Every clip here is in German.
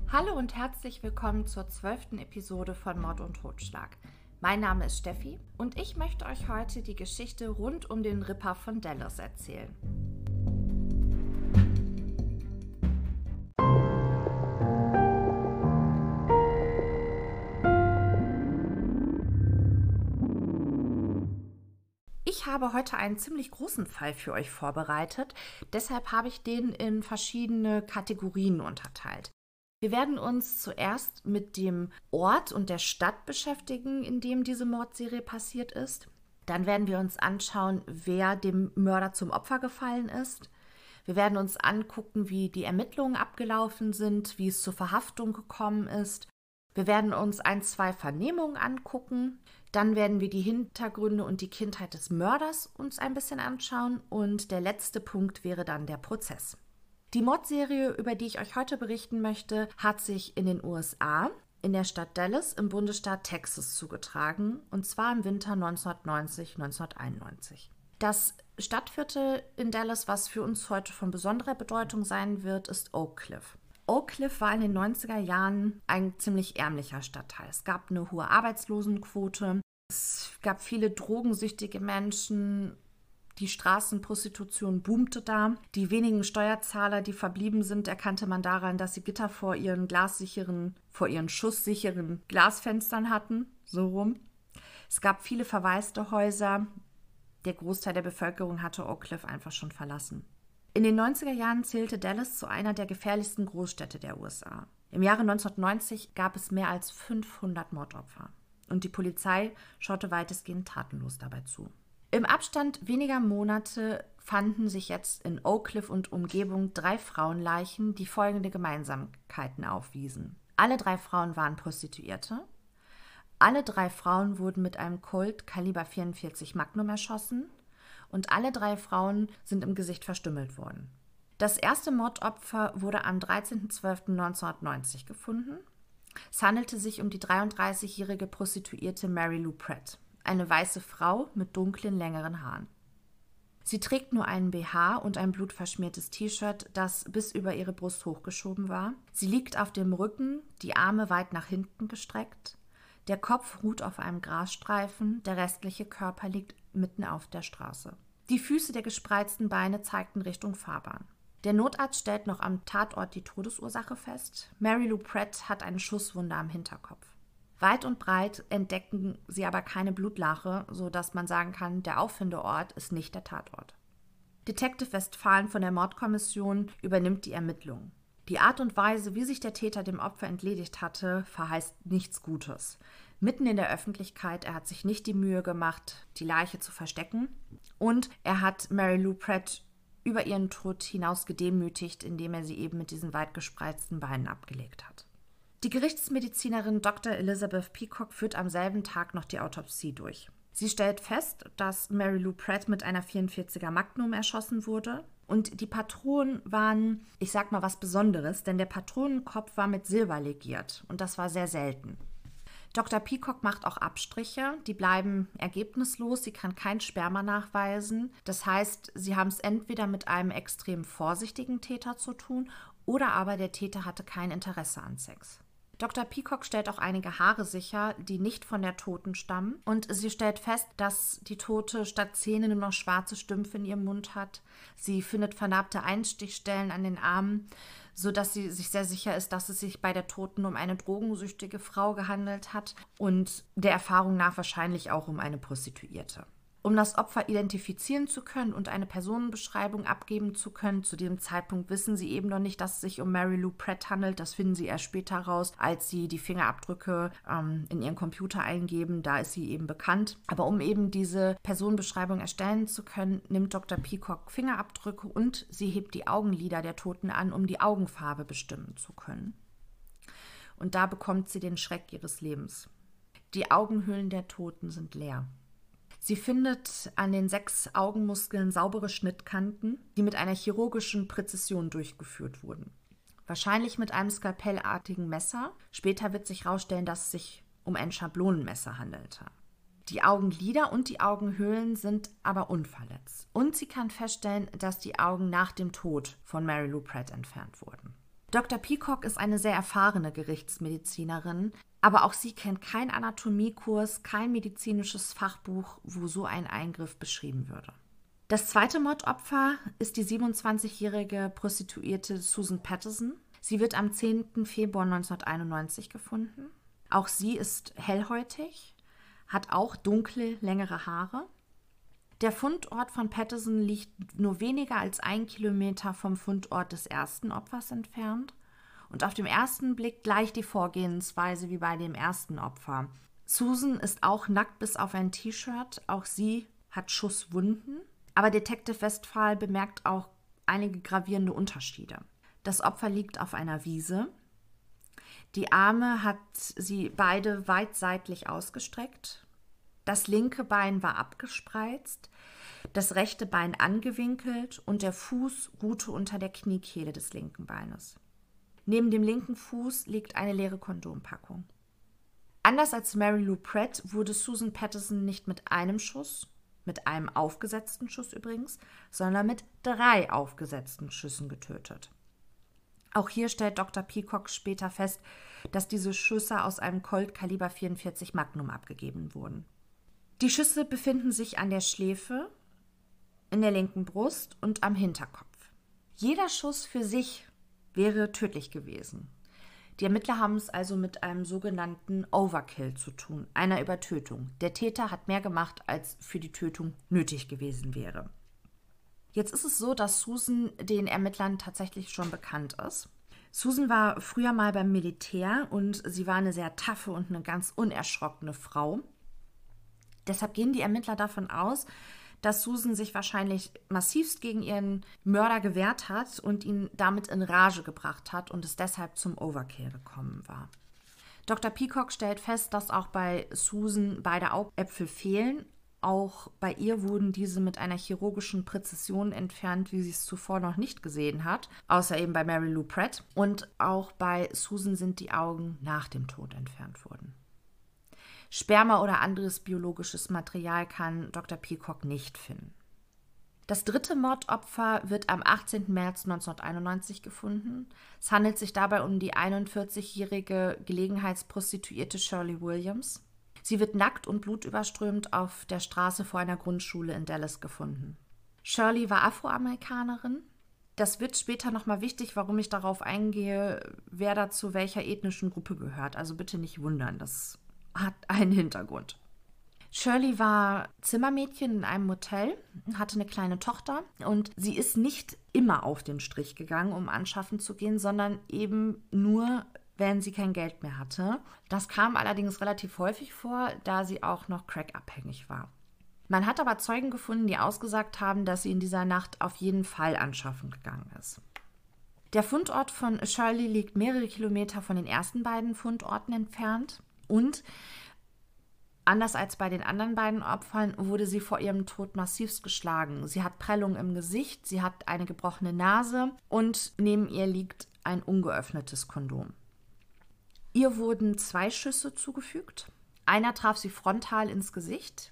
Hallo und herzlich willkommen zur 12. Episode von Mord und Totschlag. Mein Name ist Steffi und ich möchte euch heute die Geschichte rund um den Ripper von Dallas erzählen. Ich habe heute einen ziemlich großen Fall für euch vorbereitet, deshalb habe ich den in verschiedene Kategorien unterteilt. Wir werden uns zuerst mit dem Ort und der Stadt beschäftigen, in dem diese Mordserie passiert ist. Dann werden wir uns anschauen, wer dem Mörder zum Opfer gefallen ist. Wir werden uns angucken, wie die Ermittlungen abgelaufen sind, wie es zur Verhaftung gekommen ist. Wir werden uns 2 Vernehmungen angucken. Dann werden wir die Hintergründe und die Kindheit des Mörders uns ein bisschen anschauen. Und der letzte Punkt wäre dann der Prozess. Die Mordserie, über die ich euch heute berichten möchte, hat sich in den USA, in der Stadt Dallas im Bundesstaat Texas zugetragen, und zwar im Winter 1990-1991. Das Stadtviertel in Dallas, was für uns heute von besonderer Bedeutung sein wird, ist Oak Cliff. Oak Cliff war in den 90er Jahren ein ziemlich ärmlicher Stadtteil. Es gab eine hohe Arbeitslosenquote, es gab viele drogensüchtige Menschen. Die Straßenprostitution boomte da. Die wenigen Steuerzahler, die verblieben sind, erkannte man daran, dass sie Gitter vor ihren schusssicheren Glasfenstern hatten. So rum. Es gab viele verwaiste Häuser. Der Großteil der Bevölkerung hatte Oak Cliff einfach schon verlassen. In den 90er Jahren zählte Dallas zu einer der gefährlichsten Großstädte der USA. Im Jahre 1990 gab es mehr als 500 Mordopfer. Und die Polizei schaute weitestgehend tatenlos dabei zu. Im Abstand weniger Monate fanden sich jetzt in Oak Cliff und Umgebung 3 Frauenleichen, die folgende Gemeinsamkeiten aufwiesen. Alle 3 Frauen waren Prostituierte. Alle 3 Frauen wurden mit einem Colt Kaliber 44 Magnum erschossen. Und alle 3 Frauen sind im Gesicht verstümmelt worden. Das erste Mordopfer wurde am 13.12.1990 gefunden. Es handelte sich um die 33-jährige Prostituierte Mary Lou Pratt. Eine weiße Frau mit dunklen, längeren Haaren. Sie trägt nur einen BH und ein blutverschmiertes T-Shirt, das bis über ihre Brust hochgeschoben war. Sie liegt auf dem Rücken, die Arme weit nach hinten gestreckt. Der Kopf ruht auf einem Grasstreifen, der restliche Körper liegt mitten auf der Straße. Die Füße der gespreizten Beine zeigten Richtung Fahrbahn. Der Notarzt stellt noch am Tatort die Todesursache fest. Mary Lou Pratt hat eine Schusswunde am Hinterkopf. Weit und breit entdecken sie aber keine Blutlache, sodass man sagen kann, der Auffindeort ist nicht der Tatort. Detective Westphalen von der Mordkommission übernimmt die Ermittlungen. Die Art und Weise, wie sich der Täter dem Opfer entledigt hatte, verheißt nichts Gutes. Mitten in der Öffentlichkeit, er hat sich nicht die Mühe gemacht, die Leiche zu verstecken. Und er hat Mary Lou Pratt über ihren Tod hinaus gedemütigt, indem er sie eben mit diesen weit gespreizten Beinen abgelegt hat. Die Gerichtsmedizinerin Dr. Elizabeth Peacock führt am selben Tag noch die Autopsie durch. Sie stellt fest, dass Mary Lou Pratt mit einer 44er Magnum erschossen wurde. Und die Patronen waren, ich sag mal, was Besonderes, denn der Patronenkopf war mit Silber legiert und das war sehr selten. Dr. Peacock macht auch Abstriche, die bleiben ergebnislos, sie kann kein Sperma nachweisen. Das heißt, sie haben es entweder mit einem extrem vorsichtigen Täter zu tun oder aber der Täter hatte kein Interesse an Sex. Dr. Peacock stellt auch einige Haare sicher, die nicht von der Toten stammen. Und sie stellt fest, dass die Tote statt Zähne nur noch schwarze Stümpfe in ihrem Mund hat. Sie findet vernarbte Einstichstellen an den Armen, sodass sie sich sehr sicher ist, dass es sich bei der Toten um eine drogensüchtige Frau gehandelt hat und der Erfahrung nach wahrscheinlich auch um eine Prostituierte. Um das Opfer identifizieren zu können und eine Personenbeschreibung abgeben zu können, zu dem Zeitpunkt wissen sie eben noch nicht, dass es sich um Mary Lou Pratt handelt. Das finden sie erst später raus, als sie die Fingerabdrücke in ihren Computer eingeben. Da ist sie eben bekannt. Aber um eben diese Personenbeschreibung erstellen zu können, nimmt Dr. Peacock Fingerabdrücke und sie hebt die Augenlider der Toten an, um die Augenfarbe bestimmen zu können. Und da bekommt sie den Schreck ihres Lebens. Die Augenhöhlen der Toten sind leer. Sie findet an den 6 Augenmuskeln saubere Schnittkanten, die mit einer chirurgischen Präzision durchgeführt wurden. Wahrscheinlich mit einem skalpellartigen Messer. Später wird sich herausstellen, dass es sich um ein Schablonenmesser handelte. Die Augenlider und die Augenhöhlen sind aber unverletzt. Und sie kann feststellen, dass die Augen nach dem Tod von Mary Lou Pratt entfernt wurden. Dr. Peacock ist eine sehr erfahrene Gerichtsmedizinerin, aber auch sie kennt keinen Anatomiekurs, kein medizinisches Fachbuch, wo so ein Eingriff beschrieben würde. Das zweite Mordopfer ist die 27-jährige Prostituierte Susan Patterson. Sie wird am 10. Februar 1991 gefunden. Auch sie ist hellhäutig, hat auch dunkle, längere Haare. Der Fundort von Patterson liegt nur weniger als 1 Kilometer vom Fundort des ersten Opfers entfernt. Und auf dem ersten Blick gleich die Vorgehensweise wie bei dem ersten Opfer. Susan ist auch nackt bis auf ein T-Shirt. Auch sie hat Schusswunden. Aber Detective Westphal bemerkt auch einige gravierende Unterschiede. Das Opfer liegt auf einer Wiese. Die Arme hat sie beide weit seitlich ausgestreckt. Das linke Bein war abgespreizt, das rechte Bein angewinkelt und der Fuß ruhte unter der Kniekehle des linken Beines. Neben dem linken Fuß liegt eine leere Kondompackung. Anders als Mary Lou Pratt wurde Susan Patterson nicht mit einem Schuss, mit einem aufgesetzten Schuss übrigens, sondern mit 3 aufgesetzten Schüssen getötet. Auch hier stellt Dr. Peacock später fest, dass diese Schüsse aus einem Colt Kaliber 44 Magnum abgegeben wurden. Die Schüsse befinden sich an der Schläfe, in der linken Brust und am Hinterkopf. Jeder Schuss für sich wäre tödlich gewesen. Die Ermittler haben es also mit einem sogenannten Overkill zu tun, einer Übertötung. Der Täter hat mehr gemacht, als für die Tötung nötig gewesen wäre. Jetzt ist es so, dass Susan den Ermittlern tatsächlich schon bekannt ist. Susan war früher mal beim Militär und sie war eine sehr taffe und eine ganz unerschrockene Frau. Deshalb gehen die Ermittler davon aus, dass Susan sich wahrscheinlich massivst gegen ihren Mörder gewehrt hat und ihn damit in Rage gebracht hat und es deshalb zum Overkill gekommen war. Dr. Peacock stellt fest, dass auch bei Susan beide Augäpfel fehlen. Auch bei ihr wurden diese mit einer chirurgischen Präzision entfernt, wie sie es zuvor noch nicht gesehen hat, außer eben bei Mary Lou Pratt. Und auch bei Susan sind die Augen nach dem Tod entfernt worden. Sperma oder anderes biologisches Material kann Dr. Peacock nicht finden. Das dritte Mordopfer wird am 18. März 1991 gefunden. Es handelt sich dabei um die 41-jährige Gelegenheitsprostituierte Shirley Williams. Sie wird nackt und blutüberströmt auf der Straße vor einer Grundschule in Dallas gefunden. Shirley war Afroamerikanerin. Das wird später nochmal wichtig, warum ich darauf eingehe, wer da zu welcher ethnischen Gruppe gehört. Also bitte nicht wundern, das hat einen Hintergrund. Shirley war Zimmermädchen in einem Motel, hatte eine kleine Tochter und sie ist nicht immer auf den Strich gegangen, um anschaffen zu gehen, sondern eben nur, wenn sie kein Geld mehr hatte. Das kam allerdings relativ häufig vor, da sie auch noch crackabhängig war. Man hat aber Zeugen gefunden, die ausgesagt haben, dass sie in dieser Nacht auf jeden Fall anschaffen gegangen ist. Der Fundort von Shirley liegt mehrere Kilometer von den ersten beiden Fundorten entfernt. Und anders als bei den anderen beiden Opfern wurde sie vor ihrem Tod massivst geschlagen. Sie hat Prellungen im Gesicht, sie hat eine gebrochene Nase und neben ihr liegt ein ungeöffnetes Kondom. Ihr wurden 2 Schüsse zugefügt. Einer traf sie frontal ins Gesicht,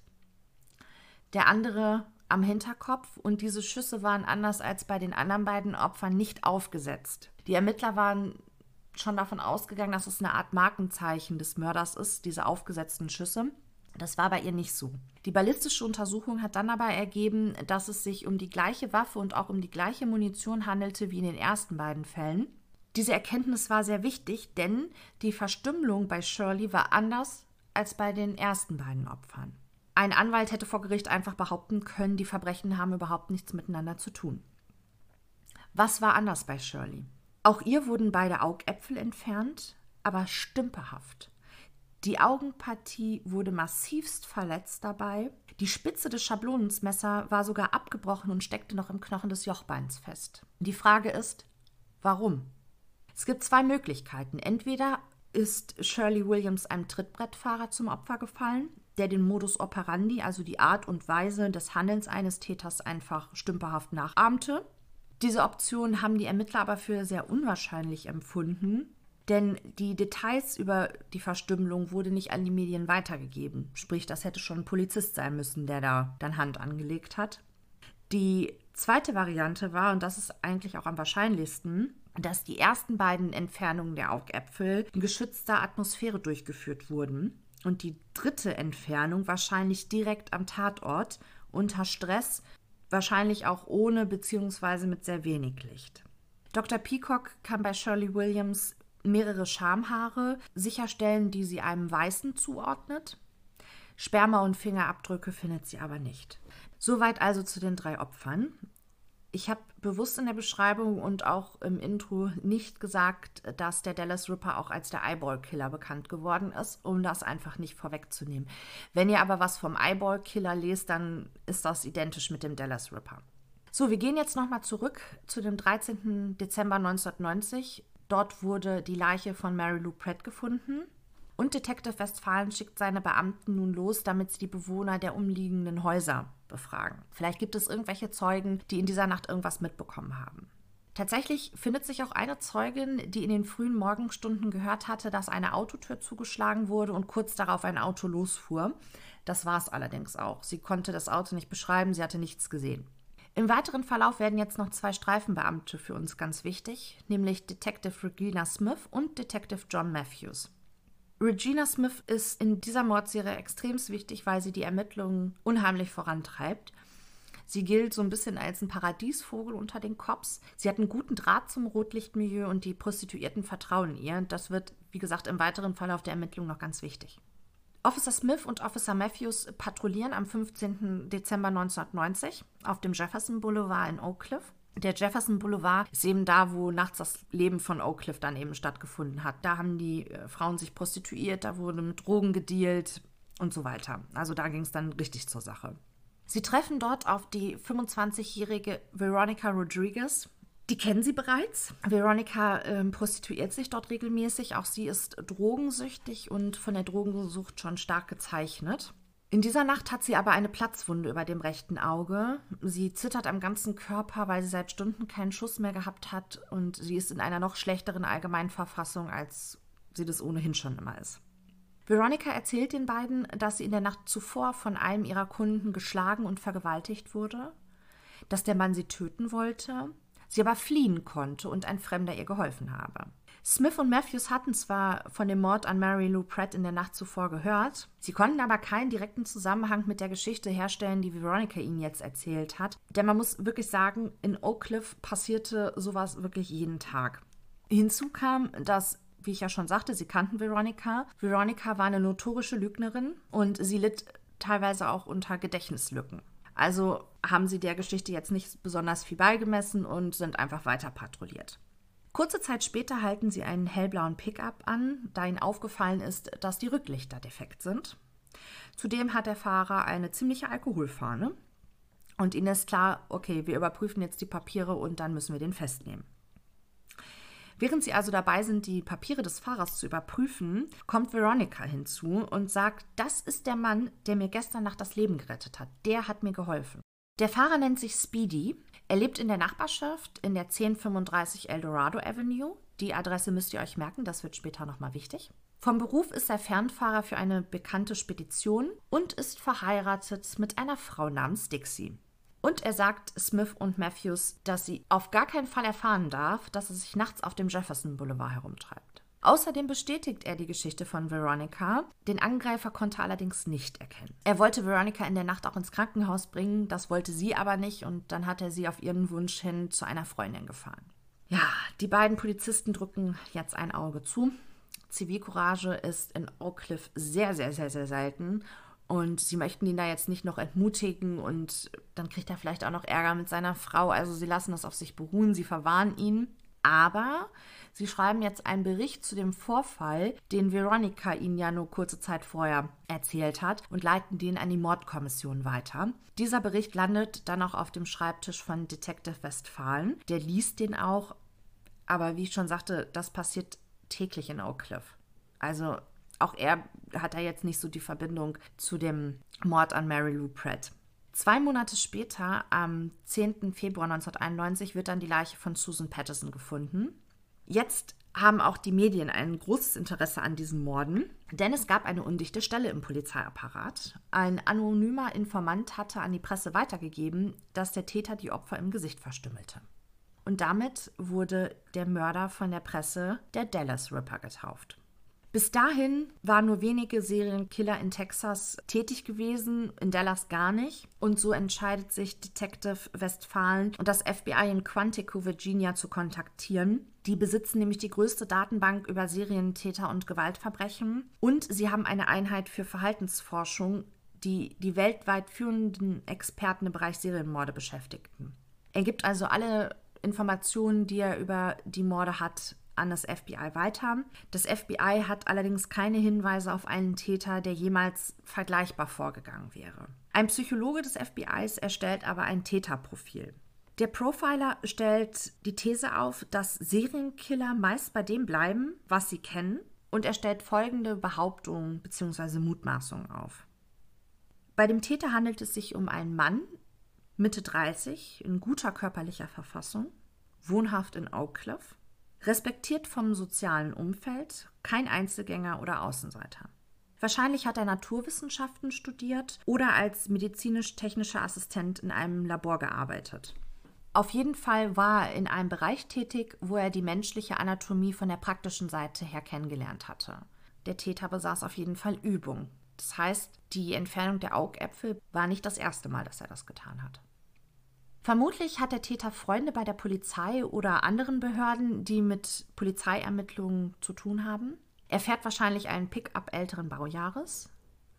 der andere am Hinterkopf und diese Schüsse waren anders als bei den anderen beiden Opfern nicht aufgesetzt. Die Ermittler waren schon davon ausgegangen, dass es eine Art Markenzeichen des Mörders ist, diese aufgesetzten Schüsse. Das war bei ihr nicht so. Die ballistische Untersuchung hat dann aber ergeben, dass es sich um die gleiche Waffe und auch um die gleiche Munition handelte wie in den ersten beiden Fällen. Diese Erkenntnis war sehr wichtig, denn die Verstümmelung bei Shirley war anders als bei den ersten beiden Opfern. Ein Anwalt hätte vor Gericht einfach behaupten können, die Verbrechen haben überhaupt nichts miteinander zu tun. Was war anders bei Shirley? Auch ihr wurden beide Augäpfel entfernt, aber stümperhaft. Die Augenpartie wurde massivst verletzt dabei. Die Spitze des Schablonenmessers war sogar abgebrochen und steckte noch im Knochen des Jochbeins fest. Die Frage ist, warum? Es gibt 2 Möglichkeiten. Entweder ist Shirley Williams einem Trittbrettfahrer zum Opfer gefallen, der den Modus operandi, also die Art und Weise des Handelns eines Täters einfach stümperhaft nachahmte. Diese Option haben die Ermittler aber für sehr unwahrscheinlich empfunden, denn die Details über die Verstümmelung wurde nicht an die Medien weitergegeben. Sprich, das hätte schon ein Polizist sein müssen, der da dann Hand angelegt hat. Die Zweite Variante war, und das ist eigentlich auch am wahrscheinlichsten, dass die ersten beiden Entfernungen der Augäpfel in geschützter Atmosphäre durchgeführt wurden und die dritte Entfernung wahrscheinlich direkt am Tatort unter Stress, wahrscheinlich auch ohne bzw. mit sehr wenig Licht. Dr. Peacock kann bei Shirley Williams mehrere Schamhaare sicherstellen, die sie einem Weißen zuordnet. Sperma- und Fingerabdrücke findet sie aber nicht. Soweit also zu den 3 Opfern. Ich habe bewusst in der Beschreibung und auch im Intro nicht gesagt, dass der Dallas Ripper auch als der Eyeball-Killer bekannt geworden ist, um das einfach nicht vorwegzunehmen. Wenn ihr aber was vom Eyeball-Killer lest, dann ist das identisch mit dem Dallas Ripper. So, wir gehen jetzt nochmal zurück zu dem 13. Dezember 1990. Dort wurde die Leiche von Mary Lou Pratt gefunden. Und Detective Westphalen schickt seine Beamten nun los, damit sie die Bewohner der umliegenden Häuser befragen. Vielleicht gibt es irgendwelche Zeugen, die in dieser Nacht irgendwas mitbekommen haben. Tatsächlich findet sich auch eine Zeugin, die in den frühen Morgenstunden gehört hatte, dass eine Autotür zugeschlagen wurde und kurz darauf ein Auto losfuhr. Das war es allerdings auch. Sie konnte das Auto nicht beschreiben, sie hatte nichts gesehen. Im weiteren Verlauf werden jetzt noch 2 Streifenbeamte für uns ganz wichtig, nämlich Detective Regina Smith und Detective John Matthews. Regina Smith ist in dieser Mordserie extrem wichtig, weil sie die Ermittlungen unheimlich vorantreibt. Sie gilt so ein bisschen als ein Paradiesvogel unter den Cops. Sie hat einen guten Draht zum Rotlichtmilieu und die Prostituierten vertrauen ihr. Das wird, wie gesagt, im weiteren Verlauf der Ermittlungen noch ganz wichtig. Officer Smith und Officer Matthews patrouillieren am 15. Dezember 1990 auf dem Jefferson Boulevard in Oak Cliff. Der Jefferson Boulevard ist eben da, wo nachts das Leben von Oak Cliff dann eben stattgefunden hat. Da haben die Frauen sich prostituiert, da wurde mit Drogen gedealt und so weiter. Also da ging es dann richtig zur Sache. Sie treffen dort auf die 25-jährige Veronica Rodriguez. Die kennen sie bereits. Veronica prostituiert sich dort regelmäßig. Auch sie ist drogensüchtig und von der Drogensucht schon stark gezeichnet. In dieser Nacht hat sie aber eine Platzwunde über dem rechten Auge. Sie zittert am ganzen Körper, weil sie seit Stunden keinen Schuss mehr gehabt hat und sie ist in einer noch schlechteren Allgemeinverfassung, als sie das ohnehin schon immer ist. Veronica erzählt den beiden, dass sie in der Nacht zuvor von einem ihrer Kunden geschlagen und vergewaltigt wurde, dass der Mann sie töten wollte, sie aber fliehen konnte und ein Fremder ihr geholfen habe. Smith und Matthews hatten zwar von dem Mord an Mary Lou Pratt in der Nacht zuvor gehört, sie konnten aber keinen direkten Zusammenhang mit der Geschichte herstellen, die Veronica ihnen jetzt erzählt hat. Denn man muss wirklich sagen, in Oak Cliff passierte sowas wirklich jeden Tag. Hinzu kam, dass, wie ich ja schon sagte, sie kannten Veronica. Veronica war eine notorische Lügnerin und sie litt teilweise auch unter Gedächtnislücken. Also haben sie der Geschichte jetzt nicht besonders viel beigemessen und sind einfach weiter patrouilliert. Kurze Zeit später halten sie einen hellblauen Pickup an, da ihnen aufgefallen ist, dass die Rücklichter defekt sind. Zudem hat der Fahrer eine ziemliche Alkoholfahne und ihnen ist klar, okay, wir überprüfen jetzt die Papiere und dann müssen wir den festnehmen. Während sie also dabei sind, die Papiere des Fahrers zu überprüfen, kommt Veronica hinzu und sagt, das ist der Mann, der mir gestern Nacht das Leben gerettet hat. Der hat mir geholfen. Der Fahrer nennt sich Speedy. Er lebt in der Nachbarschaft in der 1035 Eldorado Avenue. Die Adresse müsst ihr euch merken, das wird später nochmal wichtig. Vom Beruf ist er Fernfahrer für eine bekannte Spedition und ist verheiratet mit einer Frau namens Dixie. Und er sagt Smith und Matthews, dass sie auf gar keinen Fall erfahren darf, dass er sich nachts auf dem Jefferson Boulevard herumtreibt. Außerdem bestätigt er die Geschichte von Veronica. Den Angreifer konnte er allerdings nicht erkennen. Er wollte Veronica in der Nacht auch ins Krankenhaus bringen, das wollte sie aber nicht und dann hat er sie auf ihren Wunsch hin zu einer Freundin gefahren. Ja, die beiden Polizisten drücken jetzt ein Auge zu. Zivilcourage ist in Oak Cliff sehr, sehr, sehr, sehr selten. Und sie möchten ihn da jetzt nicht noch entmutigen und dann kriegt er vielleicht auch noch Ärger mit seiner Frau. Also sie lassen das auf sich beruhen, sie verwarnen ihn. Aber sie schreiben jetzt einen Bericht zu dem Vorfall, den Veronica ihnen ja nur kurze Zeit vorher erzählt hat und leiten den an die Mordkommission weiter. Dieser Bericht landet dann auch auf dem Schreibtisch von Detective Westphalen. Der liest den auch, aber wie ich schon sagte, das passiert täglich in Oak Cliff. Also auch er hat da jetzt nicht so die Verbindung zu dem Mord an Mary Lou Pratt. 2 Monate später, am 10. Februar 1991, wird dann die Leiche von Susan Patterson gefunden. Jetzt haben auch die Medien ein großes Interesse an diesen Morden, denn es gab eine undichte Stelle im Polizeiapparat. Ein anonymer Informant hatte an die Presse weitergegeben, dass der Täter die Opfer im Gesicht verstümmelte. Und damit wurde der Mörder von der Presse der Dallas Ripper getauft. Bis dahin waren nur wenige Serienkiller in Texas tätig gewesen, in Dallas gar nicht. Und so entscheidet sich Detective Westphalen und das FBI in Quantico, Virginia, zu kontaktieren. Die besitzen nämlich die größte Datenbank über Serientäter und Gewaltverbrechen. Und sie haben eine Einheit für Verhaltensforschung, die die weltweit führenden Experten im Bereich Serienmorde beschäftigten. Er gibt also alle Informationen, die er über die Morde hat, an das FBI weiter. Das FBI hat allerdings keine Hinweise auf einen Täter, der jemals vergleichbar vorgegangen wäre. Ein Psychologe des FBIs erstellt aber ein Täterprofil. Der Profiler stellt die These auf, dass Serienkiller meist bei dem bleiben, was sie kennen, und er stellt folgende Behauptungen bzw. Mutmaßungen auf. Bei dem Täter handelt es sich um einen Mann, Mitte 30, in guter körperlicher Verfassung, wohnhaft in Oak Cliff, respektiert vom sozialen Umfeld, kein Einzelgänger oder Außenseiter. Wahrscheinlich hat er Naturwissenschaften studiert oder als medizinisch-technischer Assistent in einem Labor gearbeitet. Auf jeden Fall war er in einem Bereich tätig, wo er die menschliche Anatomie von der praktischen Seite her kennengelernt hatte. Der Täter besaß auf jeden Fall Übung. Das heißt, die Entfernung der Augäpfel war nicht das erste Mal, dass er das getan hat. Vermutlich hat der Täter Freunde bei der Polizei oder anderen Behörden, die mit Polizeiermittlungen zu tun haben. Er fährt wahrscheinlich einen Pickup älteren Baujahres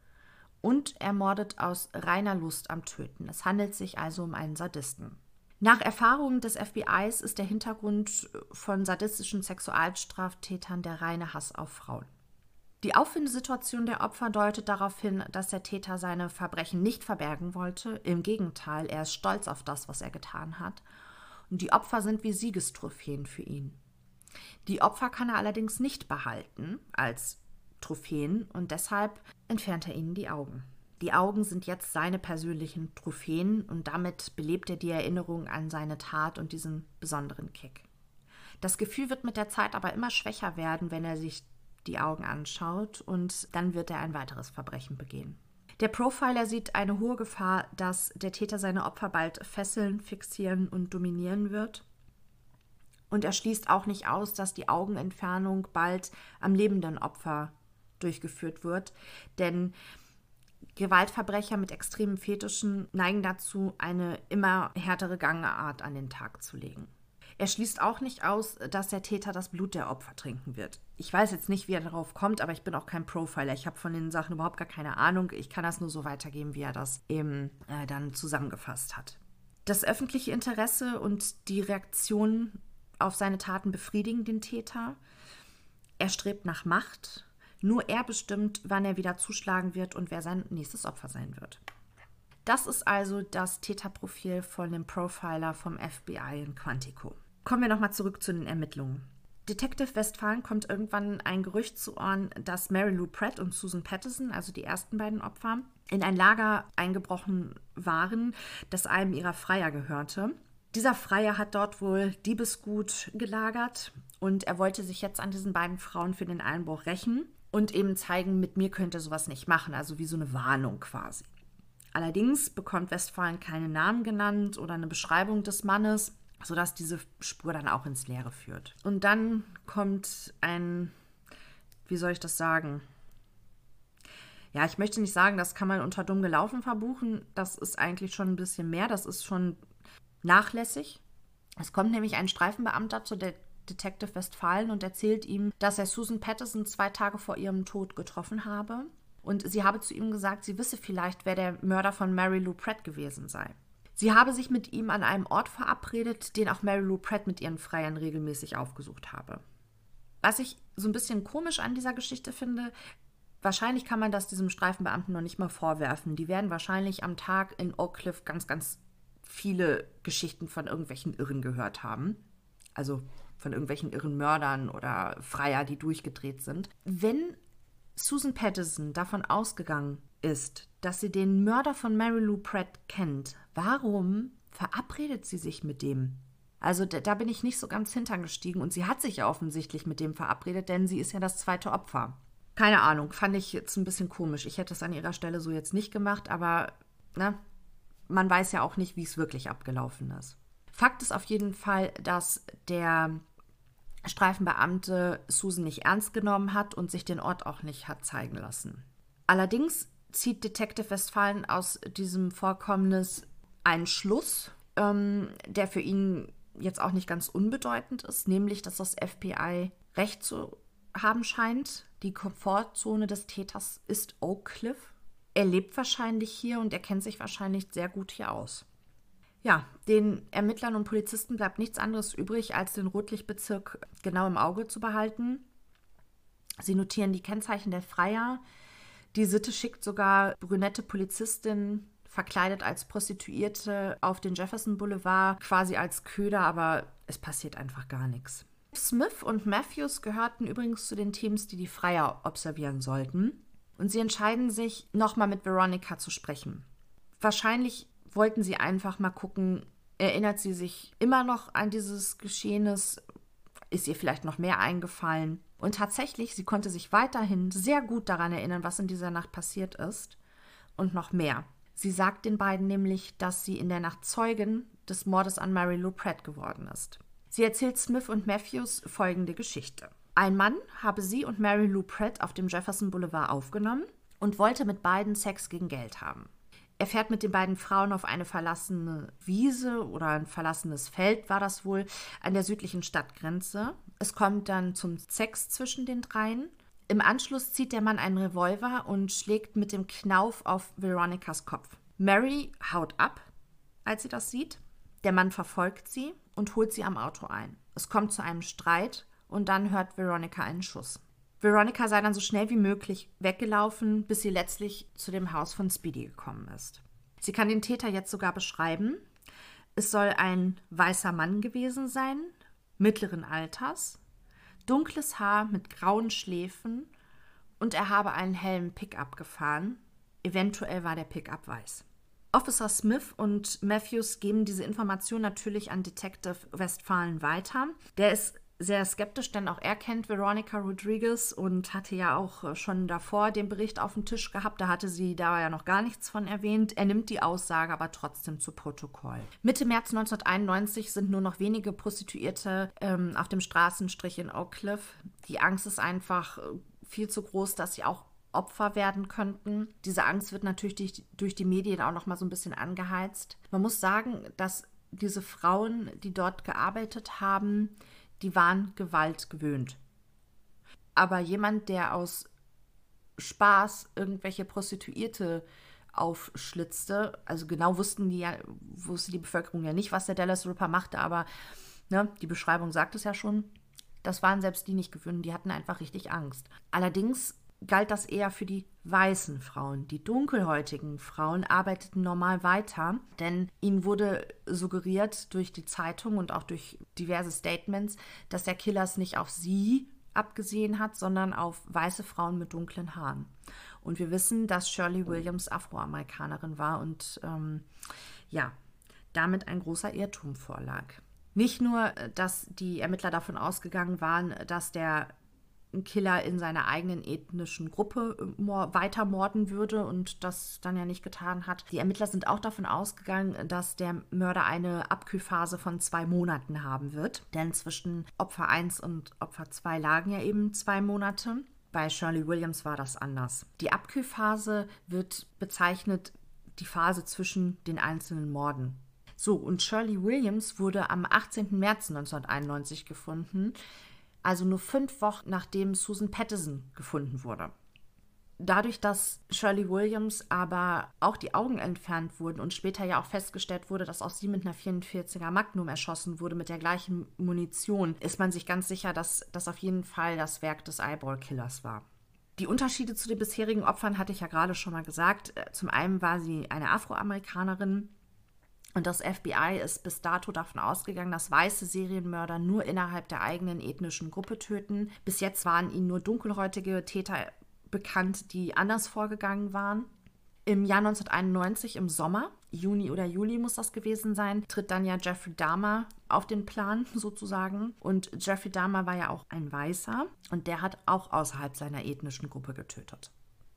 und er mordet aus reiner Lust am Töten. Es handelt sich also um einen Sadisten. Nach Erfahrungen des FBIs ist der Hintergrund von sadistischen Sexualstraftätern der reine Hass auf Frauen. Die Auffindesituation der Opfer deutet darauf hin, dass der Täter seine Verbrechen nicht verbergen wollte. Im Gegenteil, er ist stolz auf das, was er getan hat. Und die Opfer sind wie Siegestrophäen für ihn. Die Opfer kann er allerdings nicht behalten als Trophäen und deshalb entfernt er ihnen die Augen. Die Augen sind jetzt seine persönlichen Trophäen und damit belebt er die Erinnerung an seine Tat und diesen besonderen Kick. Das Gefühl wird mit der Zeit aber immer schwächer werden, wenn er sich die Augen anschaut und dann wird er ein weiteres Verbrechen begehen. Der Profiler sieht eine hohe Gefahr, dass der Täter seine Opfer bald fesseln, fixieren und dominieren wird. Und er schließt auch nicht aus, dass die Augenentfernung bald am lebenden Opfer durchgeführt wird, denn Gewaltverbrecher mit extremen Fetischen neigen dazu, eine immer härtere Gangart an den Tag zu legen. Er schließt auch nicht aus, dass der Täter das Blut der Opfer trinken wird. Ich weiß jetzt nicht, wie er darauf kommt, aber ich bin auch kein Profiler. Ich habe von den Sachen überhaupt gar keine Ahnung. Ich kann das nur so weitergeben, wie er das eben dann zusammengefasst hat. Das öffentliche Interesse und die Reaktion auf seine Taten befriedigen den Täter. Er strebt nach Macht. Nur er bestimmt, wann er wieder zuschlagen wird und wer sein nächstes Opfer sein wird. Das ist also das Täterprofil von dem Profiler vom FBI in Quantico. Kommen wir nochmal zurück zu den Ermittlungen. Detective Westphalen kommt irgendwann ein Gerücht zu Ohren, dass Mary Lou Pratt und Susan Patterson, also die ersten beiden Opfer, in ein Lager eingebrochen waren, das einem ihrer Freier gehörte. Dieser Freier hat dort wohl Diebesgut gelagert und er wollte sich jetzt an diesen beiden Frauen für den Einbruch rächen und eben zeigen, mit mir könnt ihr sowas nicht machen, also wie so eine Warnung quasi. Allerdings bekommt Westphalen keine Namen genannt oder eine Beschreibung des Mannes, sodass diese Spur dann auch ins Leere führt. Und dann kommt ein, wie soll ich das sagen? Ja, ich möchte nicht sagen, das kann man unter dumm gelaufen verbuchen. Das ist eigentlich schon ein bisschen mehr, das ist schon nachlässig. Es kommt nämlich ein Streifenbeamter zu der Detective Westphalen und erzählt ihm, dass er Susan Patterson 2 Tage vor ihrem Tod getroffen habe. Und sie habe zu ihm gesagt, sie wisse vielleicht, wer der Mörder von Mary Lou Pratt gewesen sei. Sie habe sich mit ihm an einem Ort verabredet, den auch Mary Lou Pratt mit ihren Freiern regelmäßig aufgesucht habe. Was ich so ein bisschen komisch an dieser Geschichte finde, wahrscheinlich kann man das diesem Streifenbeamten noch nicht mal vorwerfen. Die werden wahrscheinlich am Tag in Oak Cliff ganz, ganz viele Geschichten von irgendwelchen Irren gehört haben. Also von irgendwelchen irren Mördern oder Freier, die durchgedreht sind. Wenn Susan Patterson davon ausgegangen ist, dass sie den Mörder von Mary Lou Pratt kennt, warum verabredet sie sich mit dem? Also da bin ich nicht so ganz hintergestiegen und sie hat sich ja offensichtlich mit dem verabredet, denn sie ist ja das zweite Opfer. Keine Ahnung, fand ich jetzt ein bisschen komisch. Ich hätte es an ihrer Stelle so jetzt nicht gemacht, aber ne, man weiß ja auch nicht, wie es wirklich abgelaufen ist. Fakt ist auf jeden Fall, dass der Streifenbeamte Susan nicht ernst genommen hat und sich den Ort auch nicht hat zeigen lassen. Allerdings zieht Detective Westphalen aus diesem Vorkommnis einen Schluss, der für ihn jetzt auch nicht ganz unbedeutend ist, nämlich, dass das FBI recht zu haben scheint. Die Komfortzone des Täters ist Oak Cliff. Er lebt wahrscheinlich hier und er kennt sich wahrscheinlich sehr gut hier aus. Ja, den Ermittlern und Polizisten bleibt nichts anderes übrig, als den Rotlichtbezirk genau im Auge zu behalten. Sie notieren die Kennzeichen der Freier. Die Sitte schickt sogar brünette Polizistinnen verkleidet als Prostituierte auf den Jefferson Boulevard, quasi als Köder, aber es passiert einfach gar nichts. Smith und Matthews gehörten übrigens zu den Teams, die die Freier observieren sollten. Und sie entscheiden sich, nochmal mit Veronica zu sprechen. Wahrscheinlich wollten sie einfach mal gucken, erinnert sie sich immer noch an dieses Geschehnis? Ist ihr vielleicht noch mehr eingefallen? Und tatsächlich, sie konnte sich weiterhin sehr gut daran erinnern, was in dieser Nacht passiert ist. Und noch mehr. Sie sagt den beiden nämlich, dass sie in der Nacht Zeugin des Mordes an Mary Lou Pratt geworden ist. Sie erzählt Smith und Matthews folgende Geschichte. Ein Mann habe sie und Mary Lou Pratt auf dem Jefferson Boulevard aufgenommen und wollte mit beiden Sex gegen Geld haben. Er fährt mit den beiden Frauen auf eine verlassene Wiese oder ein verlassenes Feld, war das wohl, an der südlichen Stadtgrenze. Es kommt dann zum Sex zwischen den dreien. Im Anschluss zieht der Mann einen Revolver und schlägt mit dem Knauf auf Veronicas Kopf. Mary haut ab, als sie das sieht. Der Mann verfolgt sie und holt sie am Auto ein. Es kommt zu einem Streit und dann hört Veronica einen Schuss. Veronica sei dann so schnell wie möglich weggelaufen, bis sie letztlich zu dem Haus von Speedy gekommen ist. Sie kann den Täter jetzt sogar beschreiben. Es soll ein weißer Mann gewesen sein, mittleren Alters, dunkles Haar mit grauen Schläfen und er habe einen hellen Pickup gefahren. Eventuell war der Pickup weiß. Officer Smith und Matthews geben diese Information natürlich an Detective Westphalen weiter. Der ist sehr skeptisch, denn auch er kennt Veronica Rodriguez und hatte ja auch schon davor den Bericht auf dem Tisch gehabt. Da hatte sie da ja noch gar nichts von erwähnt. Er nimmt die Aussage aber trotzdem zu Protokoll. Mitte März 1991 sind nur noch wenige Prostituierte auf dem Straßenstrich in Oak Cliff. Die Angst ist einfach viel zu groß, dass sie auch Opfer werden könnten. Diese Angst wird natürlich durch die Medien auch noch mal so ein bisschen angeheizt. Man muss sagen, dass diese Frauen, die dort gearbeitet haben, die waren Gewalt gewöhnt. Aber jemand, der aus Spaß irgendwelche Prostituierte aufschlitzte, also genau wusste die Bevölkerung ja nicht, was der Dallas Ripper machte, aber ne, die Beschreibung sagt es ja schon, das waren selbst die nicht gewöhnt, die hatten einfach richtig Angst. Allerdings galt das eher für die weißen Frauen. Die dunkelhäutigen Frauen arbeiteten normal weiter, denn ihnen wurde suggeriert durch die Zeitung und auch durch diverse Statements, dass der Killer es nicht auf sie abgesehen hat, sondern auf weiße Frauen mit dunklen Haaren. Und wir wissen, dass Shirley Williams Afroamerikanerin war und damit ein großer Irrtum vorlag. Nicht nur, dass die Ermittler davon ausgegangen waren, dass der Killer in seiner eigenen ethnischen Gruppe weiter morden würde und das dann ja nicht getan hat. Die Ermittler sind auch davon ausgegangen, dass der Mörder eine Abkühlphase von 2 Monaten haben wird. Denn zwischen Opfer 1 und Opfer 2 lagen ja eben 2 Monate. Bei Shirley Williams war das anders. Die Abkühlphase wird bezeichnet, die Phase zwischen den einzelnen Morden. So, und Shirley Williams wurde am 18. März 1991 gefunden, also nur 5 Wochen nachdem Susan Pettison gefunden wurde. Dadurch, dass Shirley Williams aber auch die Augen entfernt wurden und später ja auch festgestellt wurde, dass auch sie mit einer 44er Magnum erschossen wurde mit der gleichen Munition, ist man sich ganz sicher, dass das auf jeden Fall das Werk des Eyeball-Killers war. Die Unterschiede zu den bisherigen Opfern hatte ich ja gerade schon mal gesagt. Zum einen war sie eine Afroamerikanerin. Und das FBI ist bis dato davon ausgegangen, dass weiße Serienmörder nur innerhalb der eigenen ethnischen Gruppe töten. Bis jetzt waren ihnen nur dunkelhäutige Täter bekannt, die anders vorgegangen waren. Im Jahr 1991, im Sommer, Juni oder Juli muss das gewesen sein, tritt dann ja Jeffrey Dahmer auf den Plan sozusagen. Und Jeffrey Dahmer war ja auch ein Weißer und der hat auch außerhalb seiner ethnischen Gruppe getötet.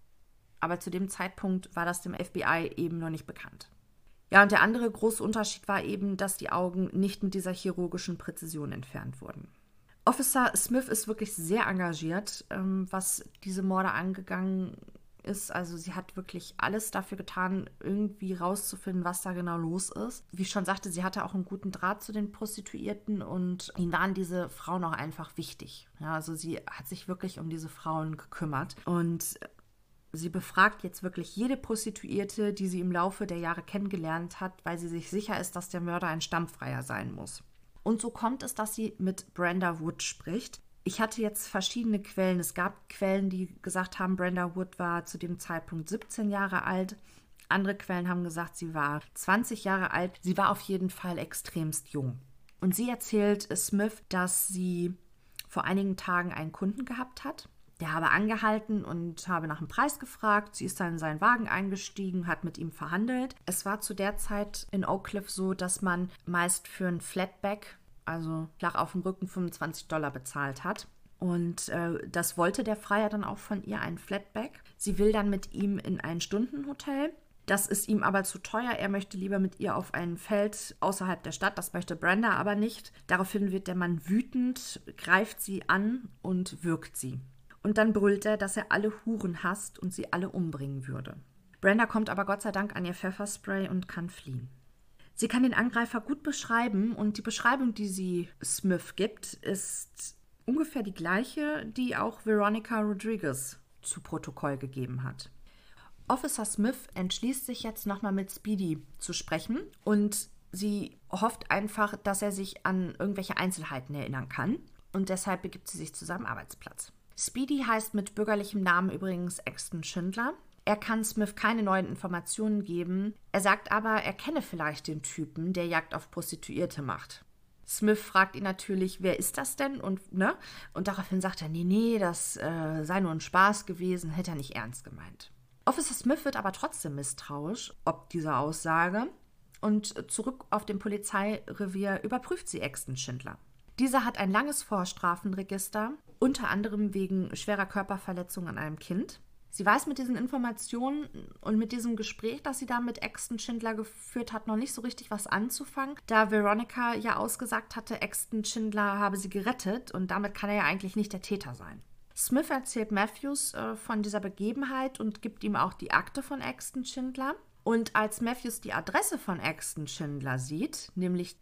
Aber zu dem Zeitpunkt war das dem FBI eben noch nicht bekannt. Ja, und der andere große Unterschied war eben, dass die Augen nicht mit dieser chirurgischen Präzision entfernt wurden. Officer Smith ist wirklich sehr engagiert, was diese Morde angegangen ist. Also sie hat wirklich alles dafür getan, irgendwie rauszufinden, was da genau los ist. Wie ich schon sagte, sie hatte auch einen guten Draht zu den Prostituierten und ihnen waren diese Frauen auch einfach wichtig. Ja, also sie hat sich wirklich um diese Frauen gekümmert und sie befragt jetzt wirklich jede Prostituierte, die sie im Laufe der Jahre kennengelernt hat, weil sie sich sicher ist, dass der Mörder ein Stammfreier sein muss. Und so kommt es, dass sie mit Brenda Wood spricht. Ich hatte jetzt verschiedene Quellen. Es gab Quellen, die gesagt haben, Brenda Wood war zu dem Zeitpunkt 17 Jahre alt. Andere Quellen haben gesagt, sie war 20 Jahre alt. Sie war auf jeden Fall extremst jung. Und sie erzählt Smith, dass sie vor einigen Tagen einen Kunden gehabt hat. Der habe angehalten und habe nach dem Preis gefragt. Sie ist dann in seinen Wagen eingestiegen, hat mit ihm verhandelt. Es war zu der Zeit in Oak Cliff so, dass man meist für ein Flatback, also flach auf dem Rücken, $25 bezahlt hat. Und das wollte der Freier dann auch von ihr, ein Flatback. Sie will dann mit ihm in ein Stundenhotel. Das ist ihm aber zu teuer. Er möchte lieber mit ihr auf ein Feld außerhalb der Stadt. Das möchte Brenda aber nicht. Daraufhin wird der Mann wütend, greift sie an und würgt sie. Und dann brüllt er, dass er alle Huren hasst und sie alle umbringen würde. Brenda kommt aber Gott sei Dank an ihr Pfefferspray und kann fliehen. Sie kann den Angreifer gut beschreiben und die Beschreibung, die sie Smith gibt, ist ungefähr die gleiche, die auch Veronica Rodriguez zu Protokoll gegeben hat. Officer Smith entschließt sich jetzt nochmal mit Speedy zu sprechen und sie hofft einfach, dass er sich an irgendwelche Einzelheiten erinnern kann und deshalb begibt sie sich zu seinem Arbeitsplatz. Speedy heißt mit bürgerlichem Namen übrigens Axton Schindler. Er kann Smith keine neuen Informationen geben. Er sagt aber, er kenne vielleicht den Typen, der Jagd auf Prostituierte macht. Smith fragt ihn natürlich, wer ist das denn? Und daraufhin sagt er, nee, das sei nur ein Spaß gewesen, hätte er nicht ernst gemeint. Officer Smith wird aber trotzdem misstrauisch, ob dieser Aussage. Und zurück auf dem Polizeirevier überprüft sie Axton Schindler. Dieser hat ein langes Vorstrafenregister, unter anderem wegen schwerer Körperverletzung an einem Kind. Sie weiß mit diesen Informationen und mit diesem Gespräch, das sie da mit Axton Schindler geführt hat, noch nicht so richtig was anzufangen, da Veronica ja ausgesagt hatte, Axton Schindler habe sie gerettet und damit kann er ja eigentlich nicht der Täter sein. Smith erzählt Matthews von dieser Begebenheit und gibt ihm auch die Akte von Axton Schindler. Und als Matthews die Adresse von Axton Schindler sieht, nämlich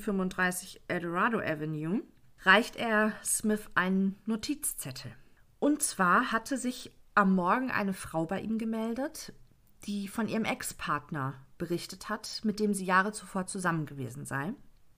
1035 Eldorado Avenue, reicht er Smith einen Notizzettel. Und zwar hatte sich am Morgen eine Frau bei ihm gemeldet, die von ihrem Ex-Partner berichtet hat, mit dem sie Jahre zuvor zusammen gewesen sei.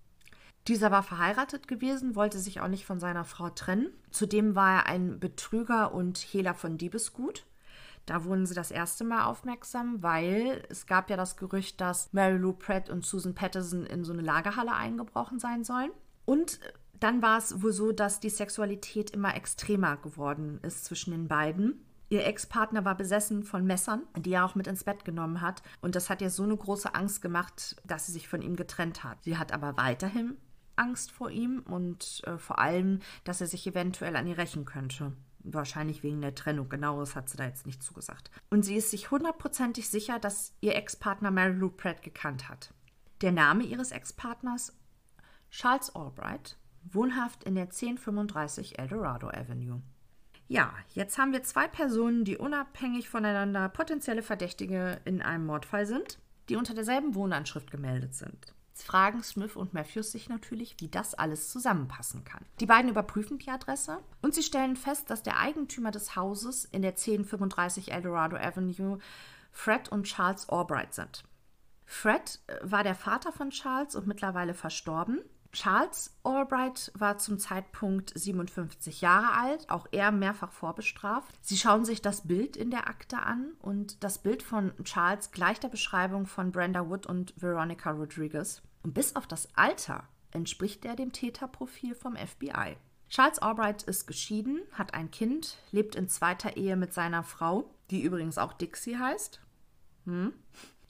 Dieser war verheiratet gewesen, wollte sich auch nicht von seiner Frau trennen. Zudem war er ein Betrüger und Hehler von Diebesgut. Da wurden sie das erste Mal aufmerksam, weil es gab ja das Gerücht, dass Mary Lou Pratt und Susan Patterson in so eine Lagerhalle eingebrochen sein sollen. Und dann war es wohl so, dass die Sexualität immer extremer geworden ist zwischen den beiden. Ihr Ex-Partner war besessen von Messern, die er auch mit ins Bett genommen hat. Und das hat ihr so eine große Angst gemacht, dass sie sich von ihm getrennt hat. Sie hat aber weiterhin Angst vor ihm und vor allem, dass er sich eventuell an ihr rächen könnte. Wahrscheinlich wegen der Trennung. Genaueres hat sie da jetzt nicht zugesagt. Und sie ist sich hundertprozentig sicher, dass ihr Ex-Partner Mary Lou Pratt gekannt hat. Der Name ihres Ex-Partners? Charles Albright, wohnhaft in der 1035 Eldorado Avenue. Ja, jetzt haben wir zwei Personen, die unabhängig voneinander potenzielle Verdächtige in einem Mordfall sind, die unter derselben Wohnanschrift gemeldet sind. Jetzt fragen Smith und Matthews sich natürlich, wie das alles zusammenpassen kann. Die beiden überprüfen die Adresse und sie stellen fest, dass der Eigentümer des Hauses in der 1035 Eldorado Avenue Fred und Charles Albright sind. Fred war der Vater von Charles und mittlerweile verstorben. Charles Albright war zum Zeitpunkt 57 Jahre alt, auch er mehrfach vorbestraft. Sie schauen sich das Bild in der Akte an und das Bild von Charles gleicht der Beschreibung von Brenda Wood und Veronica Rodriguez. Und bis auf das Alter entspricht er dem Täterprofil vom FBI. Charles Albright ist geschieden, hat ein Kind, lebt in zweiter Ehe mit seiner Frau, die übrigens auch Dixie heißt.